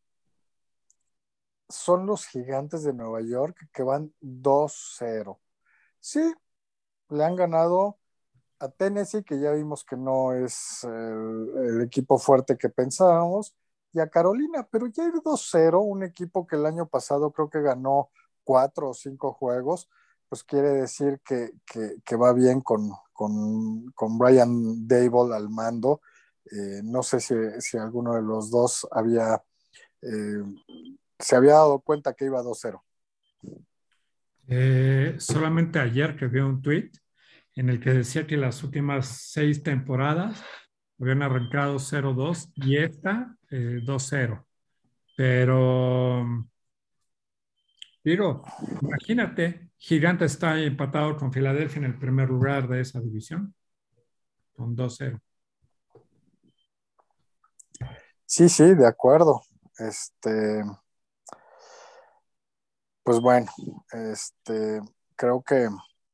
son los Gigantes de Nueva York, que van 2-0. Sí, le han ganado a Tennessee, que ya vimos que no es el equipo fuerte que pensábamos, y a Carolina, pero ya ir 2-0, un equipo que el año pasado creo que ganó 4 o 5 juegos, pues quiere decir que va bien con Brian Dable al mando. No sé si alguno de los dos eh, se había dado cuenta que iba 2-0. Solamente ayer que vi un tweet en el que decía que las últimas 6 temporadas habían arrancado 0-2 y esta 2-0. Pero digo, imagínate, Gigante está empatado con Filadelfia en el primer lugar de esa división, con 2-0. Sí, sí, de acuerdo. Pues bueno, creo que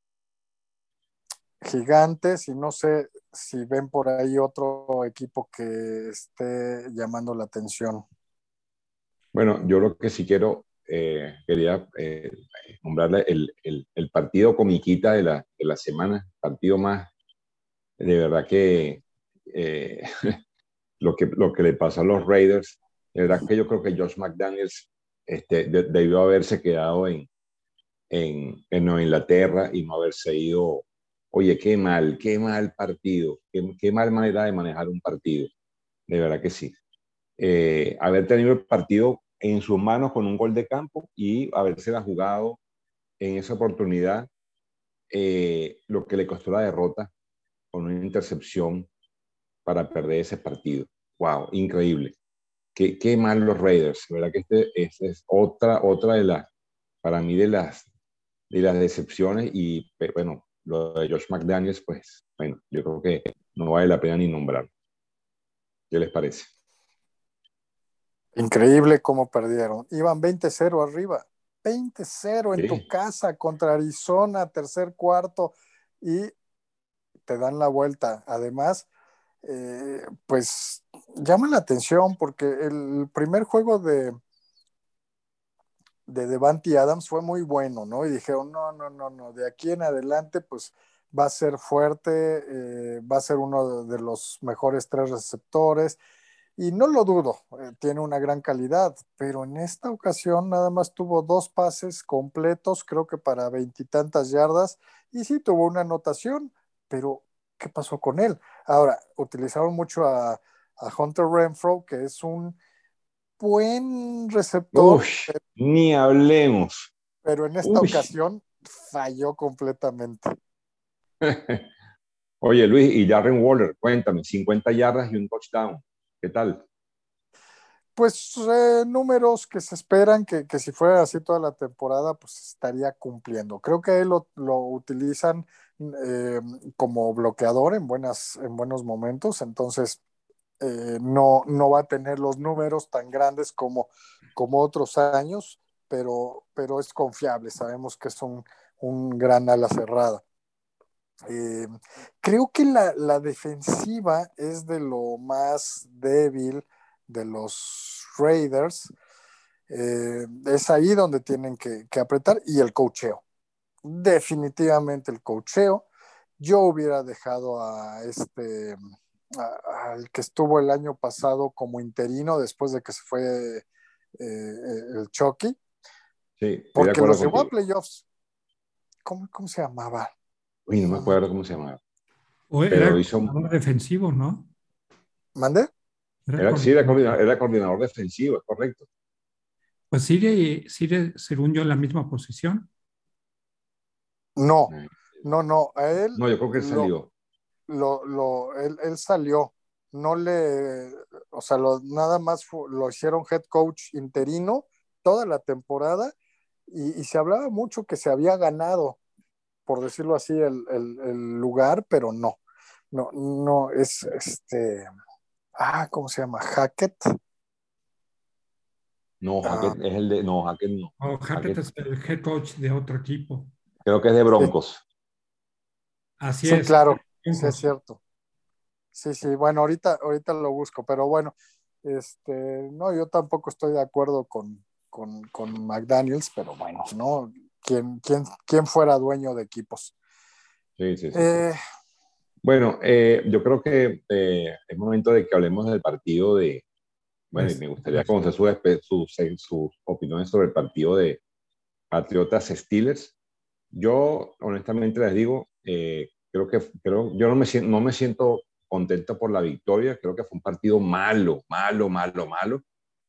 Gigantes, y no sé si ven por ahí otro equipo que esté llamando la atención. Bueno, yo lo que sí quería nombrarle el partido comiquita de la semana, partido más, de verdad que eh, lo que le pasó a los Raiders, de verdad que yo creo que Josh McDaniels debió haberse quedado en Nueva Inglaterra y no haberse ido. Oye, qué mal partido, qué mal manera de manejar un partido, de verdad que sí. Haber tenido el partido en sus manos con un gol de campo y habérsela jugado en esa oportunidad, lo que le costó la derrota con una intercepción para perder ese partido. Wow, increíble. Qué mal los Raiders. La verdad que este es otra de las, para mí, de las decepciones. Y bueno, lo de Josh McDaniels, pues, bueno, yo creo que no vale la pena ni nombrar. ¿Qué les parece? Increíble cómo perdieron. Iban 20-0 arriba. 20-0 en tu Sí, casa contra Arizona, tercer cuarto, y te dan la vuelta. Además, pues llama la atención porque el primer juego de Devante Adams fue muy bueno, ¿no? Y dijeron, no, no, no, no, de aquí en adelante, pues va a ser fuerte, va a ser uno de los mejores 3 receptores, y no lo dudo, tiene una gran calidad, pero en esta ocasión nada más tuvo 2 pases completos, creo que para 20 y tantas yardas, y sí tuvo una anotación, pero ¿qué pasó con él? Ahora, utilizaron mucho a Hunter Renfro, que es un buen receptor, uff, ni hablemos. pero en esta Uy. ocasión falló completamente. Oye, Luis, y Darren Waller, cuéntame, 50 yardas y un touchdown. ¿Qué tal? Pues números que se esperan que si fuera así toda la temporada, pues estaría cumpliendo. Creo que él lo utilizan eh, como bloqueador en buenos momentos, entonces no va a tener los números tan grandes como otros años, pero es confiable, sabemos que es un gran ala cerrada. Eh, Creo que la defensiva es de lo más débil de los Raiders. Es ahí donde tienen que apretar, y el coacheo. Definitivamente el coacheo. Yo hubiera dejado al que estuvo el año pasado como interino después de que se fue el Chucky, Sí, estoy de porque acuerdo los llevó a contigo. playoffs. ¿Cómo se llamaba? Uy, no me acuerdo cómo se llamaba, O era pero hizo, coordinador defensivo, ¿no? ¿Mande? Era sí, coordinador. era coordinador defensivo, es correcto. Pues sigue, según yo, en la misma posición. No, no, no. A él No, yo creo que él lo, salió. él salió. No le, o sea, nada más lo hicieron head coach interino toda la temporada, y se hablaba mucho que se había ganado, por decirlo así, el lugar, pero no. No, no, es ¿cómo se llama? Hackett. No, Ah, Hackett es el de, no, Hackett no. O Hackett Hackett es el head coach de otro equipo. creo que es de sí, Broncos. Así sí, es. claro, sí es Broncos. cierto. Sí, sí, bueno, ahorita lo busco, pero bueno, no, yo tampoco estoy de acuerdo con McDaniels, pero bueno, ¿no? ¿Quién fuera dueño de equipos? Sí, sí, sí. Eh, Bueno, yo creo que es momento de que hablemos del partido de, bueno, y Pues, me gustaría conocer sus opiniones sobre el partido de Patriotas Steelers. Yo, honestamente, les digo, yo no me siento contento por la victoria. Creo que fue un partido malo, malo, malo, malo.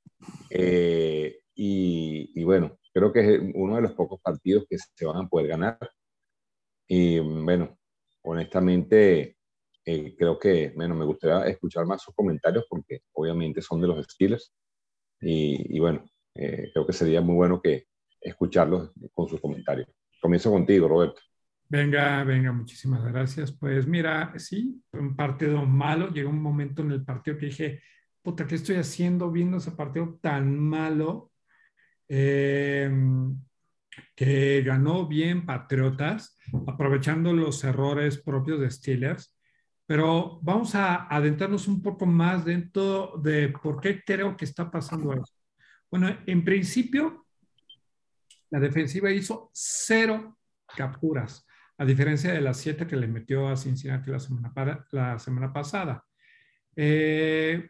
Y bueno, creo que es uno de los pocos partidos que se van a poder ganar. Y bueno, honestamente, creo que, bueno, me gustaría escuchar más sus comentarios porque obviamente son de los Steelers y bueno, creo que sería muy bueno que escucharlos con sus comentarios. Comienzo contigo, Roberto. Venga, venga, muchísimas gracias. Pues mira, sí, fue un partido malo. Llegó un momento en el partido que dije, puta, ¿qué estoy haciendo viendo ese partido tan malo? Eh, que ganó bien Patriotas, aprovechando los errores propios de Steelers. Pero vamos a adentrarnos un poco más dentro de por qué creo que está pasando eso. Bueno, en principio, la defensiva hizo 0 capturas, a diferencia de las 7 que le metió a Cincinnati la semana pasada. Eh,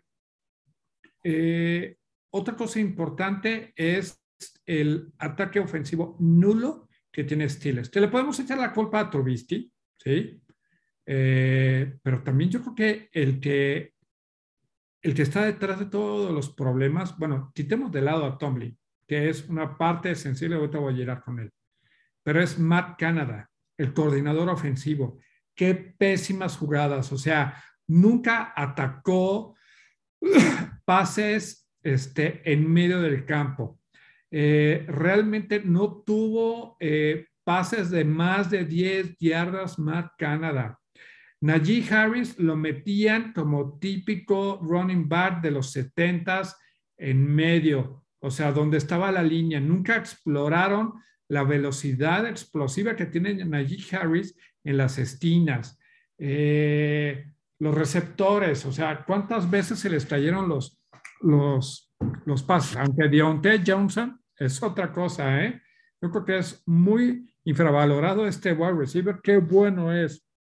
Otra cosa importante es el ataque ofensivo nulo que tiene Steelers. Te le podemos echar la culpa a Trubisky, ¿sí? Pero también yo creo que el que está detrás de todos los problemas, bueno, quitemos de lado a Tomlin, que es una parte sensible, ahorita voy a llegar con él, pero es Matt Canada, el coordinador ofensivo. Qué pésimas jugadas, o sea, nunca atacó pases en medio del campo. Realmente no tuvo pases de más de 10 yardas Matt Canada. Najee Harris lo metían como típico running back de los 70s en medio, o sea, donde estaba la línea. Nunca exploraron la velocidad explosiva que tiene Najee Harris en las esquinas. Los receptores, o sea, ¿cuántas veces se les cayeron los pases? Aunque Deontay Johnson es otra cosa, ¿eh? Yo creo que es muy infravalorado este wide receiver. Qué bueno es.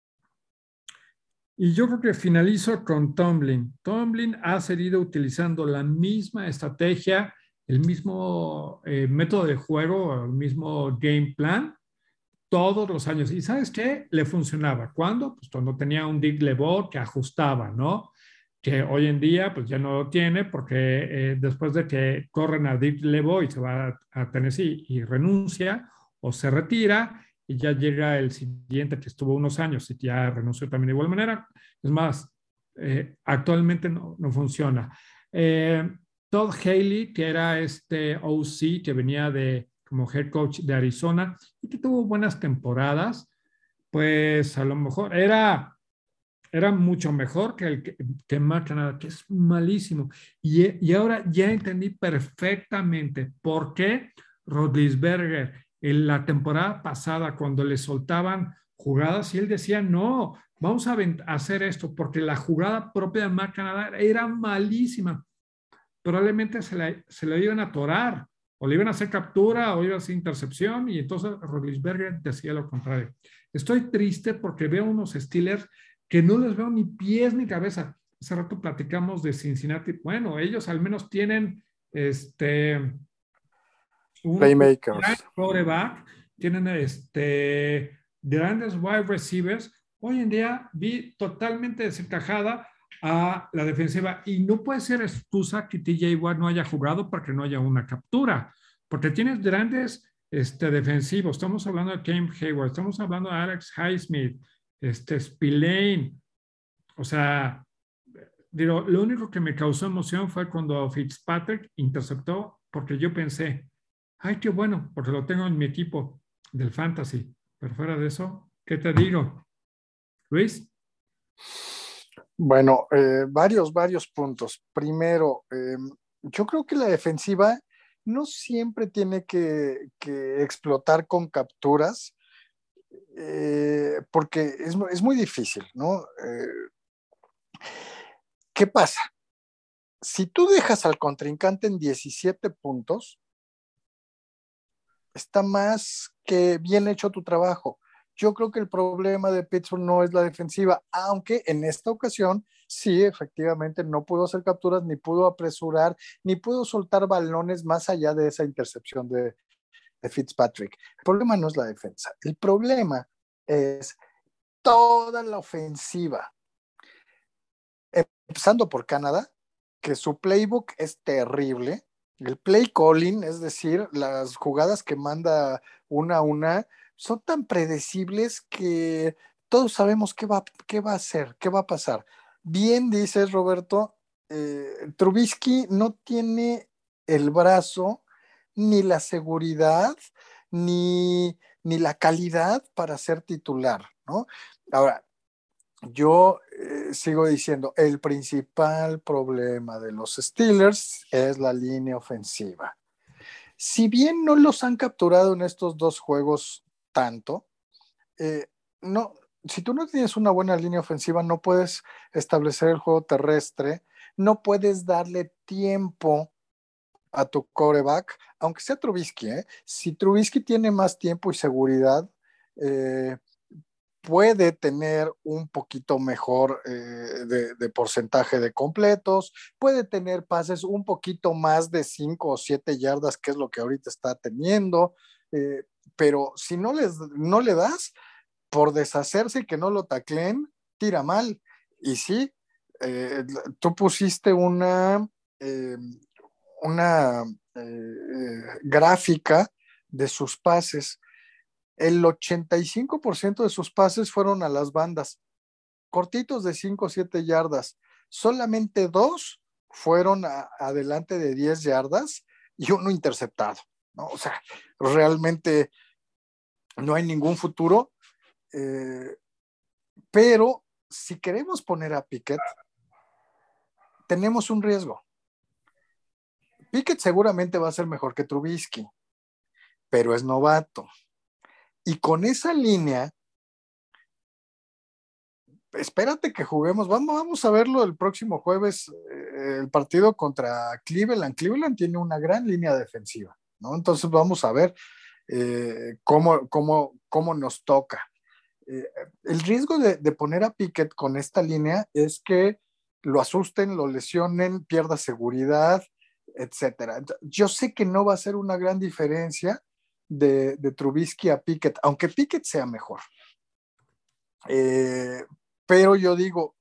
Y yo creo que finalizo con Tomlin. Tomlin ha seguido utilizando la misma estrategia, el mismo método de juego, el mismo game plan todos los años. ¿Y sabes qué? Le funcionaba. ¿Cuándo? Pues cuando tenía un Dick LeBeau que ajustaba, ¿no? Que hoy en día pues ya no lo tiene porque después de que corren a Dick LeBeau y se va a Tennessee y renuncia o se retira y ya llega el siguiente que estuvo unos años y ya renunció también de igual manera. Es más, actualmente no funciona. Todd Haley, que era este OC que venía de como head coach de Arizona y que tuvo buenas temporadas, pues a lo mejor era mucho mejor que el que Matt Canada, que es malísimo. Y ahora ya entendí perfectamente por qué Rodlisberger en la temporada pasada, cuando le soltaban jugadas, y él decía, no, vamos a hacer esto, porque la jugada propia de Matt Canada era malísima. Probablemente se la iban a atorar, o le iban a hacer captura, o iba a hacer intercepción, y entonces Rodlisberger decía lo contrario. Estoy triste porque veo unos Steelers que no les veo ni pies ni cabeza. Hace rato platicamos de Cincinnati. Bueno, ellos al menos tienen un gran Playmakers. quarterback, tienen grandes wide receivers. Hoy en día vi totalmente desencajada a la defensiva y no puede ser excusa que TJ Watt no haya jugado para que no haya una captura, porque tienes grandes defensivos. Estamos hablando de Cam Hayward, estamos hablando de Alex Highsmith, Spillane. O sea, digo, lo único que me causó emoción fue cuando Fitzpatrick interceptó, porque yo pensé, ay, qué bueno, porque lo tengo en mi equipo del fantasy. Pero fuera de eso, ¿qué te digo? Luis. Bueno, varios puntos. Primero, yo creo que la defensiva no siempre tiene que explotar con capturas, porque es muy difícil, ¿no? ¿Qué pasa? Si tú dejas al contrincante en 17 puntos, está más que bien hecho tu trabajo. Yo creo que el problema de Pittsburgh no es la defensiva, aunque en esta ocasión sí, efectivamente, no pudo hacer capturas, ni pudo apresurar, ni pudo soltar balones más allá de esa intercepción de Fitzpatrick. El problema no es la defensa, el problema es toda la ofensiva, empezando por Canadá, que su playbook es terrible. El play calling, es decir, las jugadas que manda una a una, son tan predecibles que todos sabemos qué va a hacer, qué va a pasar. Bien dices, Roberto, Trubisky no tiene el brazo, ni la seguridad, ni la calidad para ser titular, ¿no? Ahora, yo sigo diciendo, el principal problema de los Steelers es la línea ofensiva. Si bien no los han capturado en estos dos juegos tanto, eh, no, si tú no tienes una buena línea ofensiva, no puedes establecer el juego terrestre, no puedes darle tiempo a tu quarterback, aunque sea Trubisky, ¿eh? Si Trubisky tiene más tiempo y seguridad, eh, puede tener un poquito mejor de porcentaje de completos, puede tener pases un poquito más de 5 o 7 yardas, que es lo que ahorita está teniendo, eh, pero si no le das, por deshacerse y que no lo tacleen, tira mal. Y sí, tú pusiste eh, una gráfica de sus pases. El 85% de sus pases fueron a las bandas, cortitos de 5 o 7 yardas. Solamente dos fueron adelante de 10 yardas y uno interceptado, ¿no? O sea, realmente no hay ningún futuro, eh, pero si queremos poner a Pickett, tenemos un riesgo. Pickett seguramente va a ser mejor que Trubisky, pero es novato. Y con esa línea, espérate que juguemos. Vamos a verlo el próximo jueves, el partido contra Cleveland. Cleveland tiene una gran línea defensiva, ¿no? Entonces vamos a ver cómo nos toca. Eh, el riesgo de poner a Pickett con esta línea es que lo asusten, lo lesionen, pierda seguridad, etcétera. Yo sé que no va a ser una gran diferencia de Trubisky a Pickett, aunque Pickett sea mejor. Pero yo digo,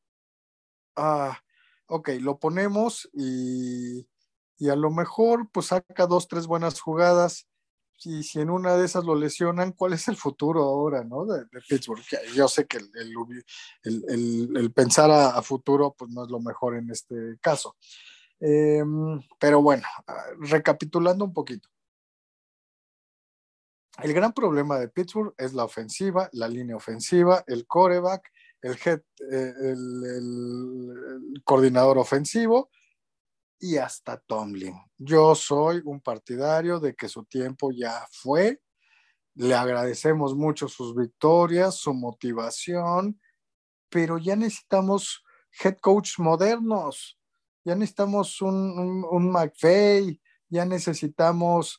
ok, lo ponemos y a lo mejor pues saca 2, 3 buenas jugadas. Y si en una de esas lo lesionan, ¿cuál es el futuro ahora, no? De Pittsburgh. Yo sé que el pensar a futuro pues no es lo mejor en este caso. Pero bueno, recapitulando un poquito. El gran problema de Pittsburgh es la ofensiva, la línea ofensiva, el quarterback, el coordinador ofensivo y hasta Tomlin. Yo soy un partidario de que su tiempo ya fue. Le agradecemos mucho sus victorias, su motivación, pero ya necesitamos head coach modernos. Ya necesitamos un McVay, ya necesitamos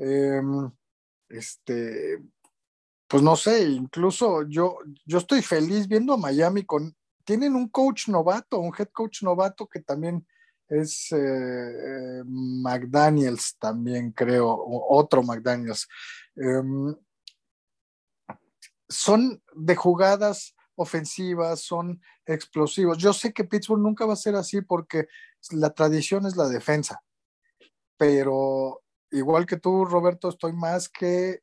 este, pues no sé, incluso yo estoy feliz viendo a Miami tienen un coach novato, un head coach novato que también es McDaniels, también creo, otro McDaniels. Son de jugadas ofensivas, son explosivos. Yo sé que Pittsburgh nunca va a ser así porque la tradición es la defensa, pero igual que tú, Roberto, estoy más que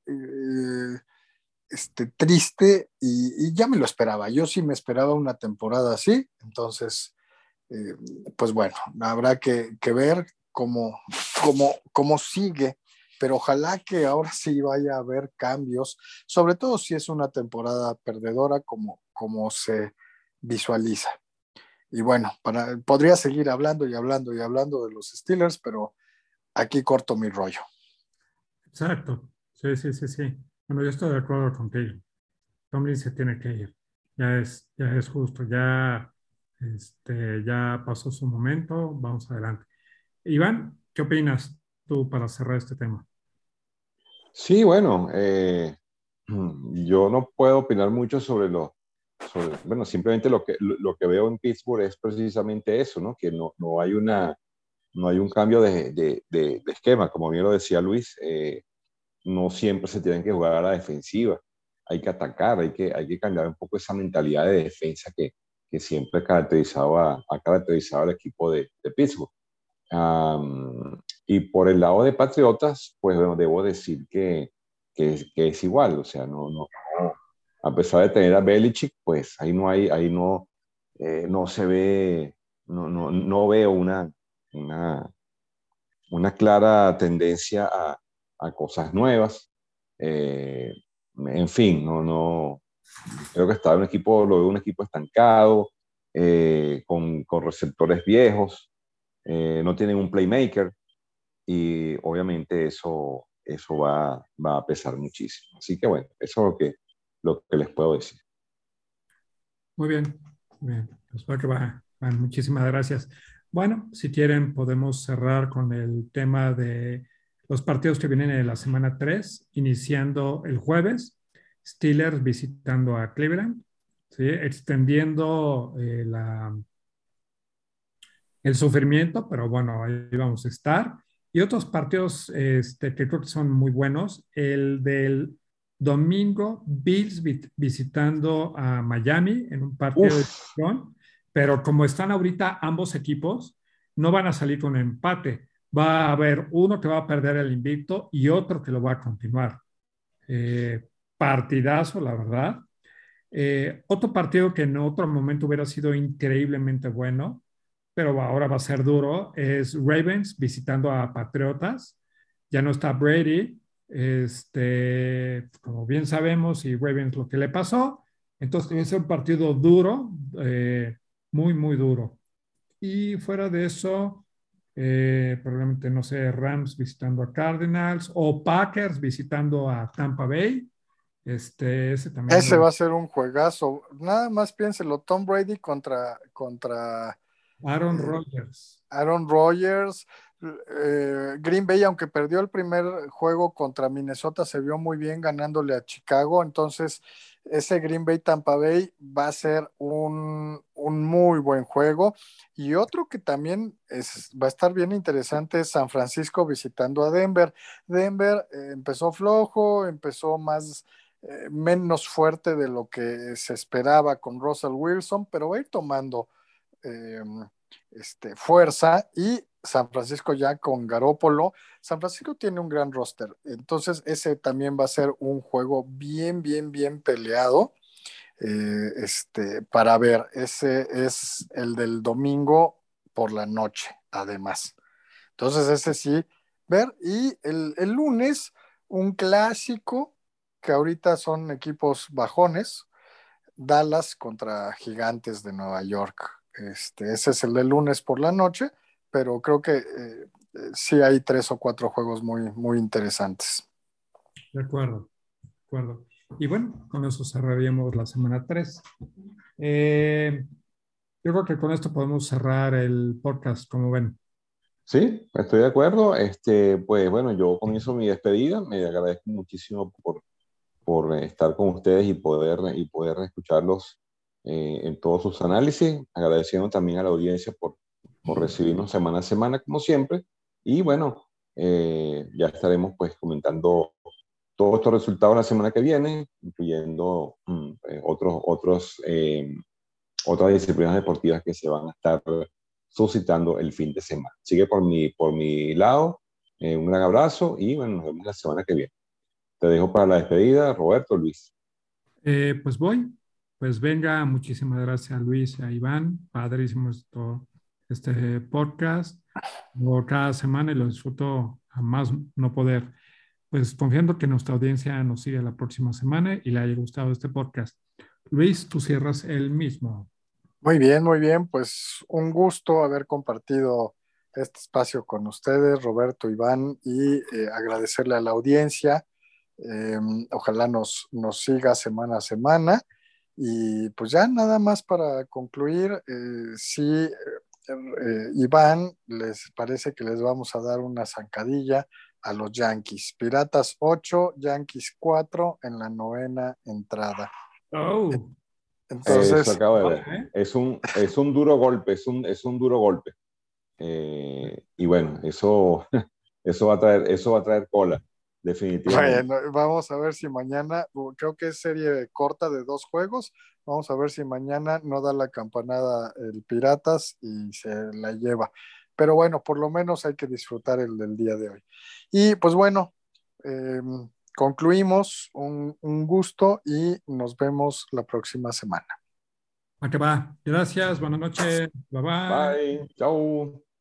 triste y ya me lo esperaba. Yo sí me esperaba una temporada así, entonces, eh, pues bueno, habrá que ver cómo sigue, pero ojalá que ahora sí vaya a haber cambios, sobre todo si es una temporada perdedora como se visualiza. Y bueno, podría seguir hablando y hablando y hablando de los Steelers, pero aquí corto mi rollo. Exacto. Sí, sí, sí, sí. Bueno, yo estoy de acuerdo contigo. Tomlin se tiene que ir. Ya es justo. Ya pasó su momento. Vamos adelante. Iván, ¿qué opinas tú para cerrar este tema? Sí, bueno, yo no puedo opinar mucho bueno, simplemente lo que veo en Pittsburgh es precisamente eso, ¿no? Que no hay no hay un cambio de esquema, como bien lo decía Luis, no siempre se tienen que jugar a la defensiva, hay que atacar, hay que cambiar un poco esa mentalidad de defensa que siempre ha caracterizado al equipo de Pittsburgh. Y por el lado de Patriotas, pues bueno, debo decir que es igual, o sea, a pesar de tener a Belichick, pues ahí no se ve, no veo una, una clara tendencia a cosas nuevas. Eh, en fin, creo que lo veo un equipo estancado, con receptores viejos, no tienen un playmaker y obviamente eso va a pesar muchísimo. Así que bueno, eso es lo que les puedo decir. Muy bien, muy bien. Pues va que va. Bueno, muchísimas gracias. Bueno, si quieren, podemos cerrar con el tema de los partidos que vienen en la semana 3, iniciando el jueves, Steelers visitando a Cleveland, ¿sí? Extendiendo el sufrimiento, pero bueno, ahí vamos a estar. Y otros partidos que creo que son muy buenos. El del domingo, Bills visitando a Miami en un partido de Uf, división, pero como están ahorita ambos equipos, no van a salir con empate. Va a haber uno que va a perder el invicto y otro que lo va a continuar. Partidazo, la verdad. Otro partido que en otro momento hubiera sido increíblemente bueno, pero ahora va a ser duro, es Ravens visitando a Patriotas. Ya no está Brady, como bien sabemos, y Ravens lo que le pasó. Entonces debe ser un partido duro, muy, muy duro. Y fuera de eso, probablemente, no sé, Rams visitando a Cardinals o Packers visitando a Tampa Bay. Ese también Ese lo... va a ser un juegazo. Nada más piénselo, Tom Brady contra Aaron eh, Rodgers. Aaron Rodgers. Green Bay, aunque perdió el primer juego contra Minnesota, se vio muy bien ganándole a Chicago. Entonces, ese Green Bay Tampa Bay va a ser un muy buen juego. Y otro que también va a estar bien interesante es San Francisco visitando a Denver. Denver empezó flojo, empezó menos fuerte de lo que se esperaba con Russell Wilson, pero va a ir tomando eh, fuerza, y San Francisco ya con Garópolo. San Francisco tiene un gran roster, entonces ese también va a ser un juego bien, bien, bien peleado. Para ver, ese es el del domingo por la noche, además. Entonces ese sí, ver. Y el lunes, un clásico, que ahorita son equipos bajones, Dallas contra Gigantes de Nueva York. Ese es el de lunes por la noche, pero creo que sí hay 3 o 4 juegos muy, muy interesantes. De acuerdo, de acuerdo. Y bueno, con eso cerraríamos la semana 3. Yo creo que con esto podemos cerrar el podcast, como ven. sí, estoy de acuerdo. Pues bueno, yo comienzo mi despedida. Me agradezco muchísimo por estar con ustedes y poder escucharlos en todos sus análisis. Agradeciendo también a la audiencia por recibirnos semana a semana, como siempre. Y bueno, ya estaremos pues comentando todos estos resultados la semana que viene, incluyendo otras disciplinas deportivas que se van a estar suscitando el fin de semana. Sigue por mi lado, un gran abrazo y bueno, nos vemos la semana que viene. Te dejo para la despedida, Roberto, Luis. Pues voy, pues venga, muchísimas gracias a Luis y a Iván, padrísimo este podcast. Lo cada semana y lo disfruto a más no poder. Pues confiando que nuestra audiencia nos siga la próxima semana y le haya gustado este podcast. Luis, tú cierras el mismo. Muy bien, pues un gusto haber compartido este espacio con ustedes, Roberto, Iván, y agradecerle a la audiencia. Eh, Ojalá nos siga semana a semana. Y pues ya nada más para concluir, si Iván, les parece que les vamos a dar una zancadilla a los Yankees. Piratas 8, Yankees 4 en la novena entrada. Oh, Eso Entonces, acabo de vale, ver. ¿eh? Es un duro golpe, es un duro golpe. Y bueno, eso va a traer cola, definitivamente. bueno, vamos a ver si mañana, creo que es serie corta de 2 juegos, vamos a ver si mañana no da la campanada el Piratas y se la lleva. Pero bueno, por lo menos hay que disfrutar el del día de hoy. Y pues bueno, eh, concluimos. Un gusto y nos vemos la próxima semana. ¿A qué va? Gracias, buenas noches. Bye bye. Bye, chao.